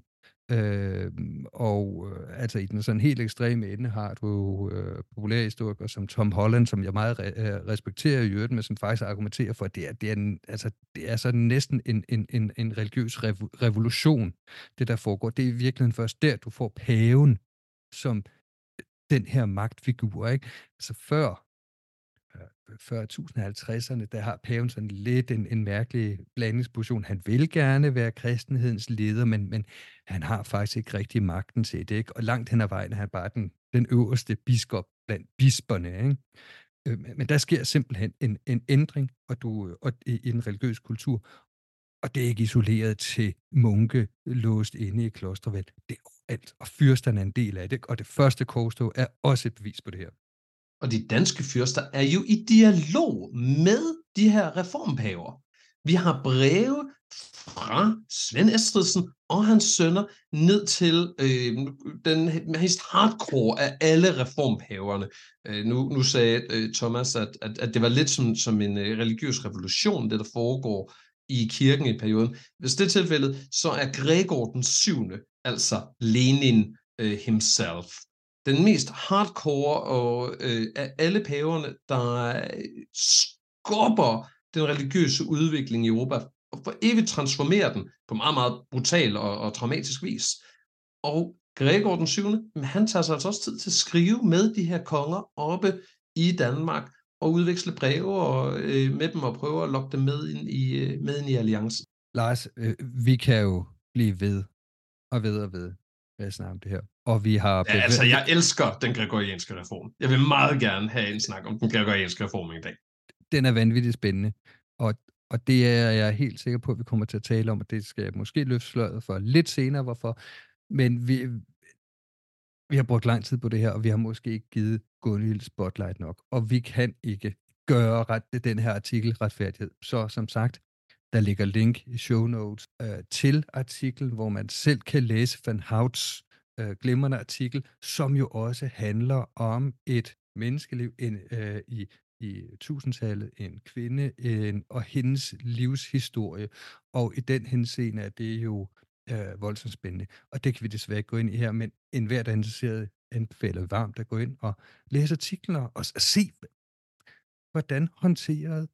Altså i den sådan helt ekstreme ende har du populærhistorikere som Tom Holland, som jeg meget respekterer i øvrigt, men som faktisk argumenterer for, at det er sådan næsten en religiøs revolution, det der foregår. Det er i virkeligheden først der, du får paven som den her magtfigur, ikke? Altså før 1050'erne, der har paven sådan lidt en mærkelig blandingsposition. Han vil gerne være kristenhedens leder, men han har faktisk ikke rigtig magten til det, ikke? Og langt hen ad vejen er han bare den øverste biskop blandt bisperne, ikke? Men der sker simpelthen en ændring i den religiøse kultur, og det er ikke isoleret til munke låst inde i klostervæld. Det er alt, og fyrsterne er en del af det, og det første korstog er også et bevis på det her. Og de danske fyrster er jo i dialog med de her reformpaver. Vi har breve fra Svend Estridsen og hans sønner ned til den mest hardcore af alle reformpaverne. Nu sagde Thomas, at det var lidt som en religiøs revolution, det der foregår i kirken i perioden. Hvis det er tilfældet, så er Gregor den 7., altså Lenin himself, den mest hardcore af alle paverne, der skubber den religiøse udvikling i Europa, og for evigt transformerer den på meget, meget brutal og traumatisk vis. Og Gregor den 7., han tager sig altså også tid til at skrive med de her konger oppe i Danmark, og udveksle breve med dem, og prøve at lokke dem med ind i alliancen. Lars, vi kan jo blive ved og ved at snakke om det her. Og vi har... Ja, altså, jeg elsker den gregorianske reform. Jeg vil meget gerne have en snak om den gregorianske reform i dag. Den er vanvittigt spændende, og det er jeg helt sikker på, at vi kommer til at tale om, og det skal jeg måske løfte sløret for lidt senere, hvorfor. Men vi har brugt lang tid på det her, og vi har måske ikke givet Gunhild spotlight nok, og vi kan ikke gøre den her artikel retfærdighed. Så som sagt, der ligger link i show notes til artiklen, hvor man selv kan læse Van Houts glimrende artikel, som jo også handler om et menneskeliv i 1000-tallet, en kvinde og hendes livshistorie. Og i den henseende er det jo voldsomt spændende. Og det kan vi desværre ikke gå ind i her, men enhver, der er interesseret, anbefaler varmt at gå ind og læse artikler og se, hvordan håndterede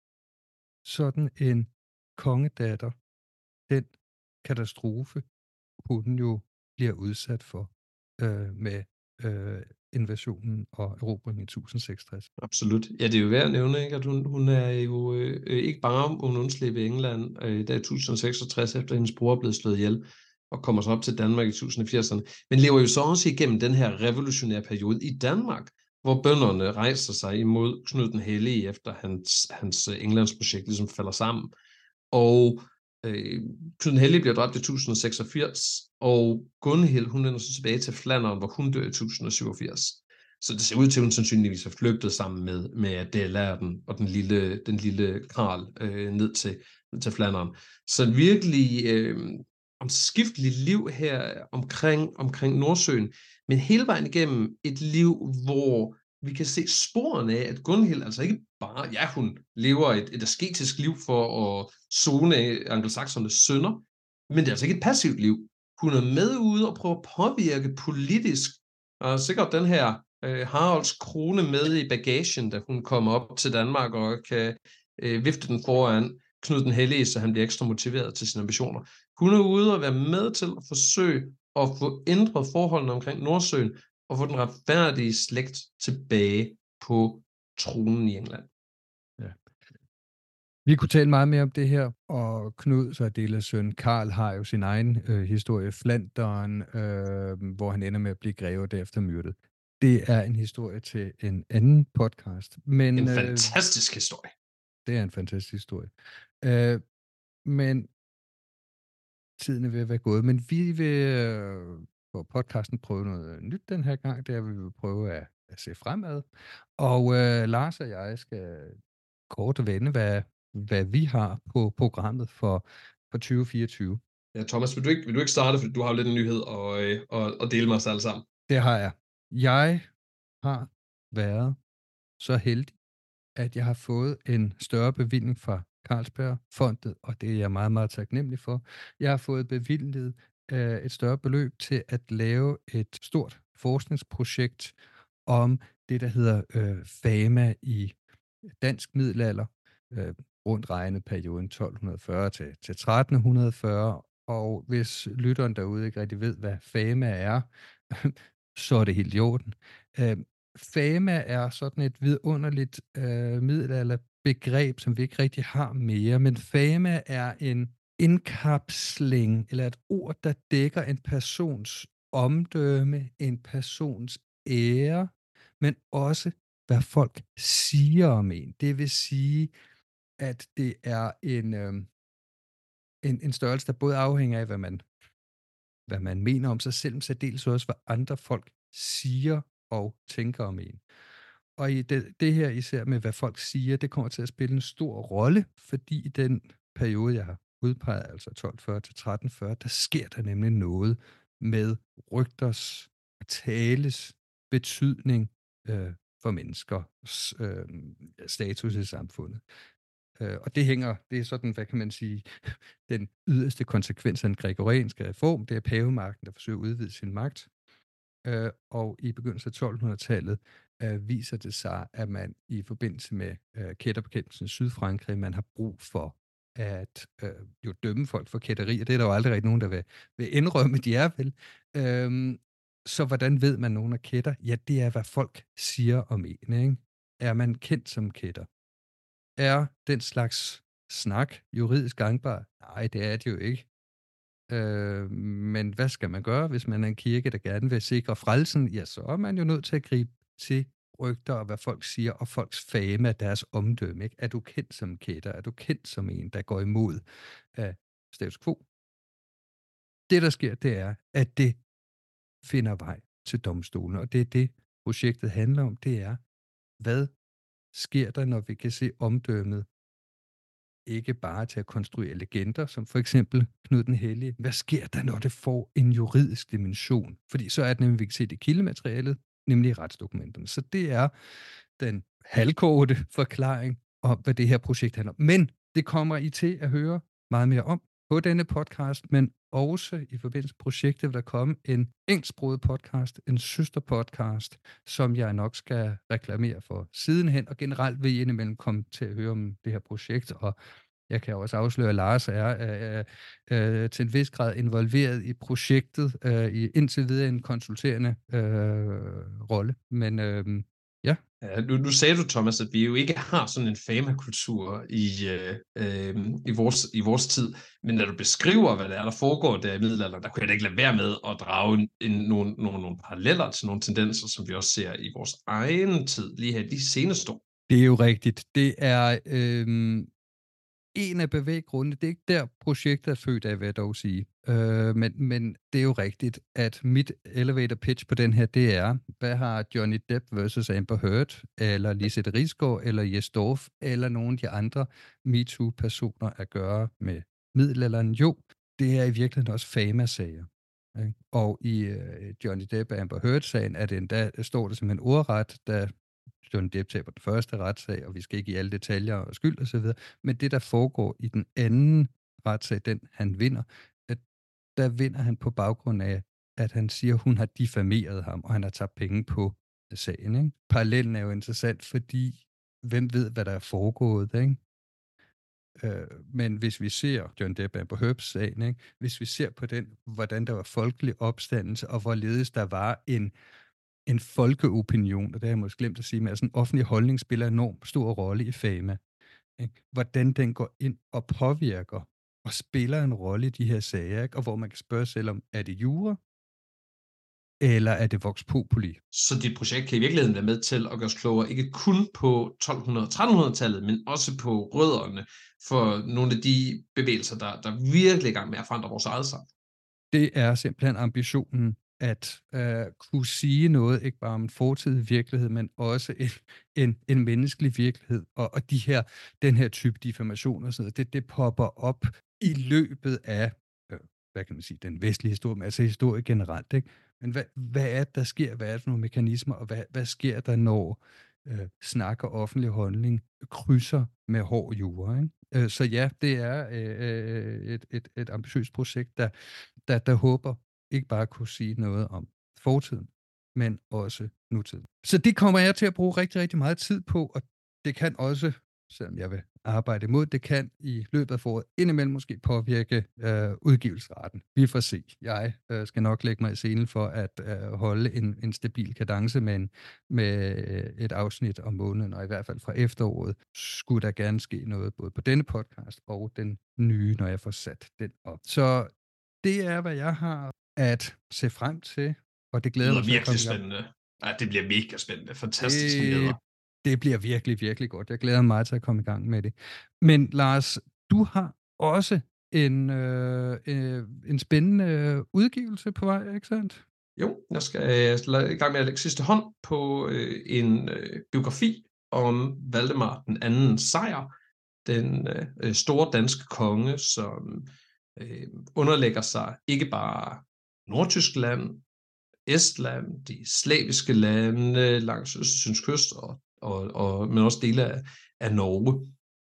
sådan en kongedatter den katastrofe, hun jo bliver udsat for med invasionen og erobringen i 1066. Absolut. Ja, det er jo værd at nævne, ikke? At hun er jo ikke bare undslippet i England der i 1066, efter hendes bror er blevet slået ihjel, og kommer så op til Danmark i 1080'erne, men lever jo så også igennem den her revolutionære periode i Danmark, hvor bønderne rejser sig imod Knud den Hellige, efter hans Englandsprojekt ligesom falder sammen. Og Knud den Hellige bliver dræbt i 1086, og Gunhild, hun vender så tilbage til Flandern, hvor hun dør i 1087. Så det ser ud til, at hun sandsynligvis har flygtet sammen med Adela og den lille Karl ned til Flandern. Så virkelig omskifteligt liv her omkring Nordsøen, men hele vejen igennem et liv, hvor vi kan se sporene af, at Gunhild altså ikke bare, ja, hun lever et asketisk liv for at sone angelsakserne synder, men det er altså ikke et passivt liv. Hun er med ude og prøver at påvirke politisk, og sikkert den her Haralds krone med i bagagen, da hun kommer op til Danmark og kan vifte den foran Knud den Hellige, så han bliver ekstra motiveret til sine ambitioner. Hun er ude og være med til at forsøge at få ændret forholdene omkring Nordsøen, og få den retfærdige slægt tilbage på tronen i England. Ja. Vi kunne tale meget mere om det her, og Knud, så Adelas søn Karl, har jo sin egen historie, Flandern, hvor han ender med at blive greve og derefter myrdet. Det er en historie til en anden podcast. Men, en fantastisk historie. Det er en fantastisk historie. Men tiden er ved at være gået. Men vi vil på podcasten prøve noget nyt den her gang. Der vil vi prøve at se fremad. Og Lars og jeg skal kort vende, hvad vi har på programmet for 2024. Ja, Thomas, vil du ikke starte, for du har jo lidt en nyhed at dele med os alle sammen. Det har jeg. Jeg har været så heldig, at jeg har fået en større bevilling fra Carlsbergfondet, og det er jeg meget, meget taknemmelig for. Jeg har fået bevilget et større beløb til at lave et stort forskningsprojekt om det, der hedder Fama i dansk middelalder, rundt regnet perioden 1240 til 1340. Og hvis lytteren derude ikke rigtig ved, hvad Fama er, så er det helt i orden. Fama er sådan et vidunderligt middelalderbegreb, som vi ikke rigtig har mere, men fama er en indkapsling, eller et ord, der dækker en persons omdømme, en persons ære, men også, hvad folk siger om en. Det vil sige, at det er en størrelse, der både afhænger af, hvad man mener om sig selv, men særdeles også, hvad andre folk siger og tænker om en. Og i det her især med, hvad folk siger, det kommer til at spille en stor rolle, fordi i den periode, jeg har udpeget, altså 1240 til 1340, der sker der nemlig noget med rygters og tales betydning for menneskers status i samfundet. Og det er sådan, hvad kan man sige, den yderste konsekvens af den gregorianske reform, det er pavemagten, der forsøger at udvide sin magt. Og i begyndelsen af 1200-tallet viser det sig, at man i forbindelse med kætterbekæmpelsen i Sydfrankrig, man har brug for at jo dømme folk for kætteri, og det er der jo aldrig rigtig nogen, der vil indrømme, de er vel. Så hvordan ved man, nogen er kætter? Ja, det er, hvad folk siger om en, ikke? Er man kendt som kætter? Er den slags snak juridisk gangbar? Nej, det er det jo ikke. Men hvad skal man gøre, hvis man er en kirke, der gerne vil sikre frelsen? Ja, så er man jo nødt til at gribe til rygter og hvad folk siger, og folks fame af deres omdømme. Ikke? Er du kendt som kætter? Er du kendt som en, der går imod status quo? Det, der sker, det er, at det finder vej til domstolen, og det er det, projektet handler om. Det er, hvad sker der, når vi kan se omdømmet ikke bare til at konstruere legender, som for eksempel Knud den Hellige. Hvad sker der, når det får en juridisk dimension? Fordi så er det nemlig, vi kan se det kildematerialet, nemlig retsdokumenterne. Så det er den halvkorte forklaring om, hvad det her projekt handler om. Men det kommer I til at høre meget mere om på denne podcast, men også i forbindelse med projektet vil der komme en engelsksproget podcast, en søsterpodcast, som jeg nok skal reklamere for sidenhen, og generelt vil I indimellem komme til at høre om det her projekt, og jeg kan også afsløre, at Lars er til en vis grad involveret i projektet, indtil videre en konsulterende rolle, men ja. Ja, nu sagde du, Thomas, at vi jo ikke har sådan en fama-kultur i vores tid, men når du beskriver, hvad det er, der foregår der i middelalderen, der kunne jeg da ikke lade være med at drage nogle paralleller til nogle tendenser, som vi også ser i vores egen tid, lige her de seneste år. Det er jo rigtigt. Det er en af bevæggrundene. Det er ikke der, projektet er født af, vil jeg dog sige. Men det er jo rigtigt, at mit elevator pitch på den her, det er, hvad har Johnny Depp versus Amber Heard, eller Lisette Risgaard, eller Jes Dorf, eller nogle af de andre MeToo-personer at gøre med middelalderen? Jo, det er i virkeligheden også fama-sager. Ikke? Og i Johnny Depp og Amber Heard-sagen er det endda, står det simpelthen ordret, da Johnny Depp taber den første retssag, og vi skal ikke i alle detaljer og skyld osv., men det, der foregår i den anden retssag, den han vinder, der vinder han på baggrund af, at han siger, at hun har diffameret ham, og han har tabt penge på sagen. Ikke? Parallellen er jo interessant, fordi hvem ved, hvad der er foregået, ikke? Men hvis vi ser John Depp og Amber Heard-sagen, ikke? Hvis vi ser på den, hvordan der var folkelig opstandelse, og hvorledes der var en folkeopinion, og det har jeg måske glemt at sige, men altså en offentlig holdning spiller en enormt stor rolle i fama. Ikke? Hvordan den går ind og påvirker og spiller en rolle i de her sager, ikke? Og hvor man kan spørge sig om, er det jura, eller er det vox populi? Så dit projekt kan i virkeligheden være med til at gøre os klogere, ikke kun på 1200- og 1300-tallet, men også på rødderne for nogle af de bevægelser, der virkelig er i gang med at forandre vores eget samfund. Det er simpelthen ambitionen, at kunne sige noget, ikke bare om en fortidig virkelighed, men også en menneskelig virkelighed. Og den her type diffamation og sådan noget, det popper op i løbet af, hvad kan man sige, den vestlige historie, altså historie generelt, ikke? Men hvad er det, der sker? Hvad er det for nogle mekanismer? Og hvad sker der, når snak og offentlig holdning krydser med hård jura, ikke? Så ja, det er et ambitiøst projekt, der håber ikke bare kunne sige noget om fortiden, men også nutiden. Så det kommer jeg til at bruge rigtig, rigtig meget tid på, og det kan også, selvom jeg vil arbejde imod, det kan i løbet af foråret indimellem måske påvirke udgivelsesraten. Vi får se. Jeg skal nok lægge mig i scenen for at holde en stabil kadence med et afsnit om måneden, og i hvert fald fra efteråret skulle der gerne ske noget både på denne podcast og den nye, når jeg får sat den op. Så det er, hvad jeg har at se frem til, og det glæder mig til at komme i gang. Virkelig spændende. Ja, det bliver mega spændende. Fantastisk nyheder. Det bliver virkelig, virkelig godt. Jeg glæder mig til at komme i gang med det. Men Lars, du har også en spændende udgivelse på vej, ikke sandt? Jo, jeg skal i gang med at lægge sidste hånd på en biografi om Valdemar den anden Sejr, den store danske konge, som underlægger sig ikke bare Nordtyskland, Estland, de slaviske lande langs Østersøens kyst, men også dele af Norge.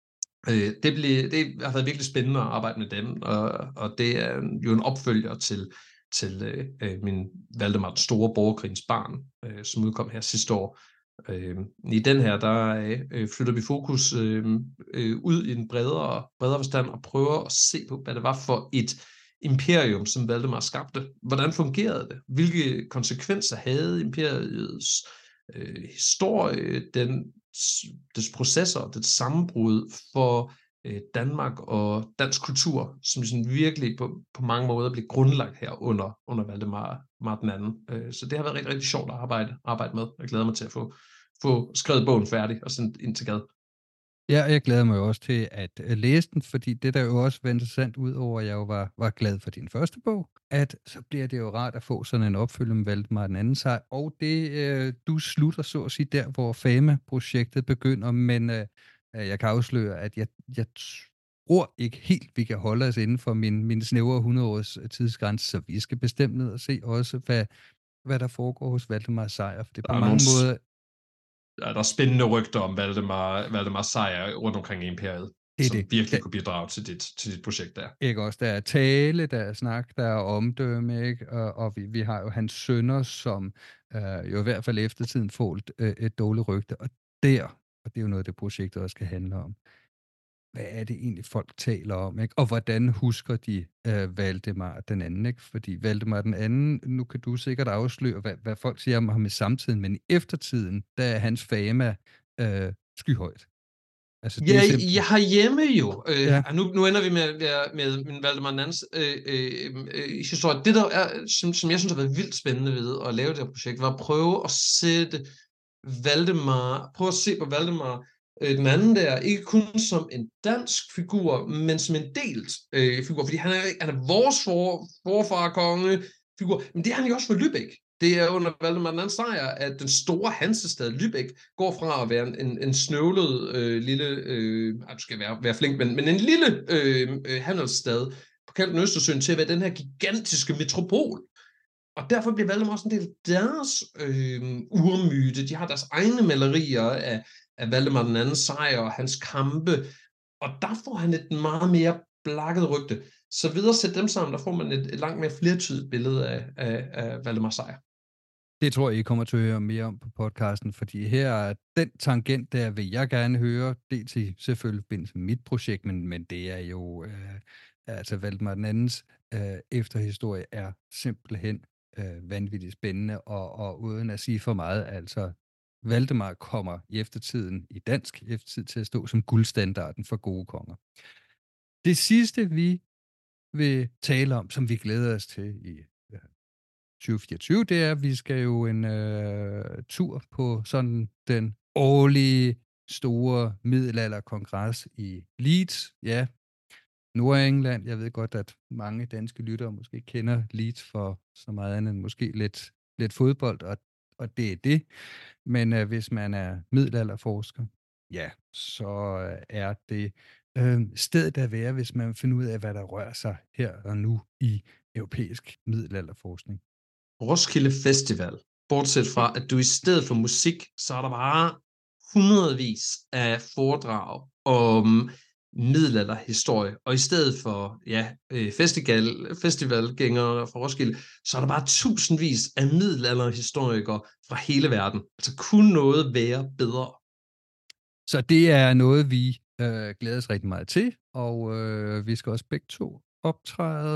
Det har været virkelig spændende at arbejde med den, og det er jo en opfølger til min Valdemar den Store Borgerkrigens Barn, som udkom her sidste år. I den her, der flytter vi fokus ud i en bredere forstand og prøver at se på, hvad det var for et imperium, som Valdemar skabte. Hvordan fungerede det? Hvilke konsekvenser havde imperiets historie, dets processer, dets sammenbrud for Danmark og dansk kultur, som sådan virkelig på mange måder blev grundlagt her under Valdemar den anden. Så det har været rigtig, rigtig sjovt at arbejde med. Jeg glæder mig til at få skrevet bogen færdig og sendt ind til Gade. Ja, jeg glæder mig jo også til at læse den, fordi det der jo også var interessant, udover at jeg jo var glad for din første bog, at så bliver det jo rart at få sådan en opfølgning med Valdemar den anden sag, og det, du slutter så at sige der, hvor Fama-projektet begynder, men jeg kan afsløre, at jeg tror ikke helt, vi kan holde os inden for min snævre 100-års tidsgrænse, så vi skal bestemt ned og se også, hvad der foregår hos Valdemar Sejr, for det er på mange måder... Der er spændende rygter om Valdemar Sejr rundt omkring i imperiet, som virkelig kunne bidrage til dit projekt der. Ikke også? Der er tale, der er snak, der er omdømme, ikke? Og vi har jo hans sønner, som jo i hvert fald eftertiden får et dårligt rygte. Og det er jo noget af det projektet også skal handle om. Hvad er det egentlig, folk taler om, ikke? Og hvordan husker de Valdemar den anden, ikke? Fordi Valdemar den anden, nu kan du sikkert afsløre, hvad folk siger om ham i samtiden, men i eftertiden, der er hans fama skyhøjt. Altså, jeg har hjemme jo. Nu ender vi med min Valdemar den andens historie. Det, der er, som jeg synes har været vildt spændende ved at lave det her projekt, var at prøve at se på Valdemar den anden der, ikke kun som en dansk figur, men som en delt figur, fordi han er vores forfar-konge-figur, men det er han jo også for Lübeck. Det er under Valdemar den anden sejr, at den store Hansestad Lübeck går fra at være en snøvlet lille, du skal være flink, men en lille handelsstad på kanten af Østersøen til at være den her gigantiske metropol. Og derfor bliver Valdemar også en del deres urmyte. De har deres egne malerier af Valdemar den anden sejr og hans kampe, og der får han et meget mere blakket rygte. Så videre sætte dem sammen, der får man et langt mere flertydigt billede af Valdemar sejr. Det tror jeg, I kommer til at høre mere om på podcasten, fordi her er den tangent, der vil jeg gerne høre, det til selvfølgelig forbindelse med mit projekt, men det er jo, altså Valdemar den andens efterhistorie er simpelthen vanvittigt spændende, og uden at sige for meget, altså Valdemar kommer i eftertiden, i dansk eftertid, til at stå som guldstandarden for gode konger. Det sidste, vi vil tale om, som vi glæder os til i 2024, det er, at vi skal jo en tur på sådan den årlige store middelalderkongres i Leeds. Ja, Nordengland. Jeg ved godt, at mange danske lyttere måske kender Leeds for så meget andet end måske lidt fodbold, og det er det. Men hvis man er middelalderforsker, ja, så er det stedet at være, hvis man finder ud af, hvad der rører sig her og nu i europæisk middelalderforskning. Roskilde Festival, bortset fra, at du i stedet for musik, så er der bare hundredvis af foredrag om middelalderhistorie, og i stedet for festivalgængere fra Roskilde, så er der bare tusindvis af middelalderhistorikere fra hele verden. Altså kunne noget være bedre? Så det er noget, vi glæder os rigtig meget til, og vi skal også begge to optræde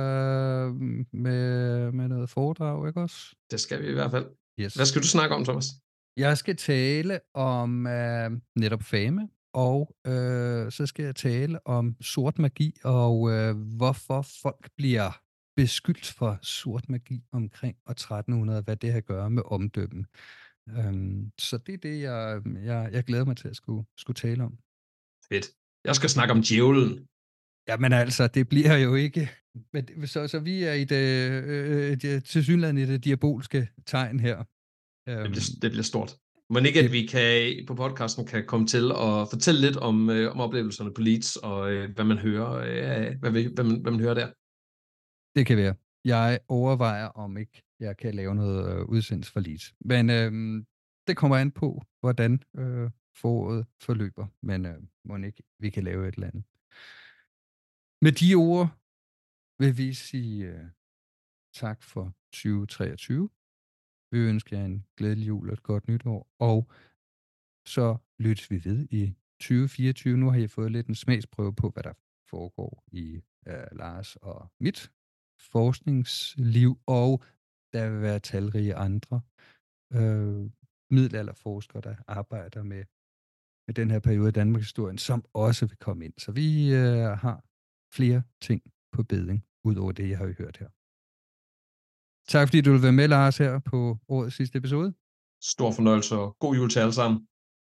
med noget foredrag, ikke også? Det skal vi i hvert fald. Yes. Hvad skal du snakke om, Thomas? Jeg skal tale om netop Fama, og så skal jeg tale om sort magi, og hvorfor folk bliver beskyldt for sort magi omkring år 1300, hvad det har at gøre med omdømmen. Så det er det, jeg glæder mig til at skulle tale om. Fedt. Jeg skal snakke om djævlen. Jamen altså, det bliver jo ikke... Så vi er i det tilsyneladende i det diabolske tegn her. Det bliver stort. Må ikke, at vi på podcasten kan komme til at fortælle lidt om oplevelserne på Leeds, og hvad man hører, hvad man hører der? Det kan være. Jeg overvejer, om ikke jeg kan lave noget udsendelse for Leeds. Men det kommer an på, hvordan foråret forløber, men må ikke, vi kan lave et eller andet. Med de ord vil vi sige tak for 2023. Vi ønsker jer en glædelig jul og et godt nytår, og så lyttes vi ved i 2024. Nu har jeg fået lidt en smagsprøve på, hvad der foregår i Lars og mit forskningsliv, og der vil være talrige andre middelalderforskere, der arbejder med den her periode af Danmarkshistorien, som også vil komme ind. Så vi har flere ting på beding, ud over det, jeg har hørt her. Tak fordi du vil være med, Lars, her på årets sidste episode. Stor fornøjelse og god jul til alle sammen.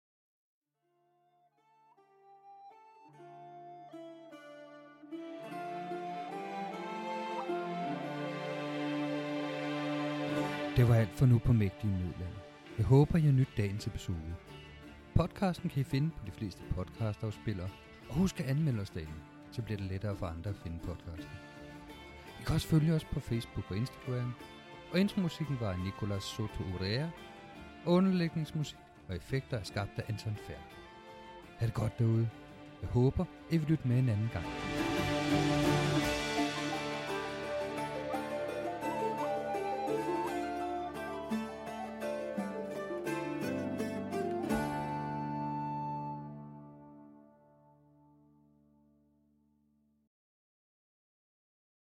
Det var alt for nu på Mægtige Middelalder. Jeg håber, I nydt dagens episode. Podcasten kan I finde på de fleste podcastafspillere, og husk at anmelde os derinde, så bliver det lettere for andre at finde podcasten. I kan også følge os på Facebook og Instagram, og intromusikken var af Nicolas Soto Urea, og underlægningsmusik og effekter er skabt af Anton Færk. Ha' det godt derude. Jeg håber, I vil lytte med en anden gang.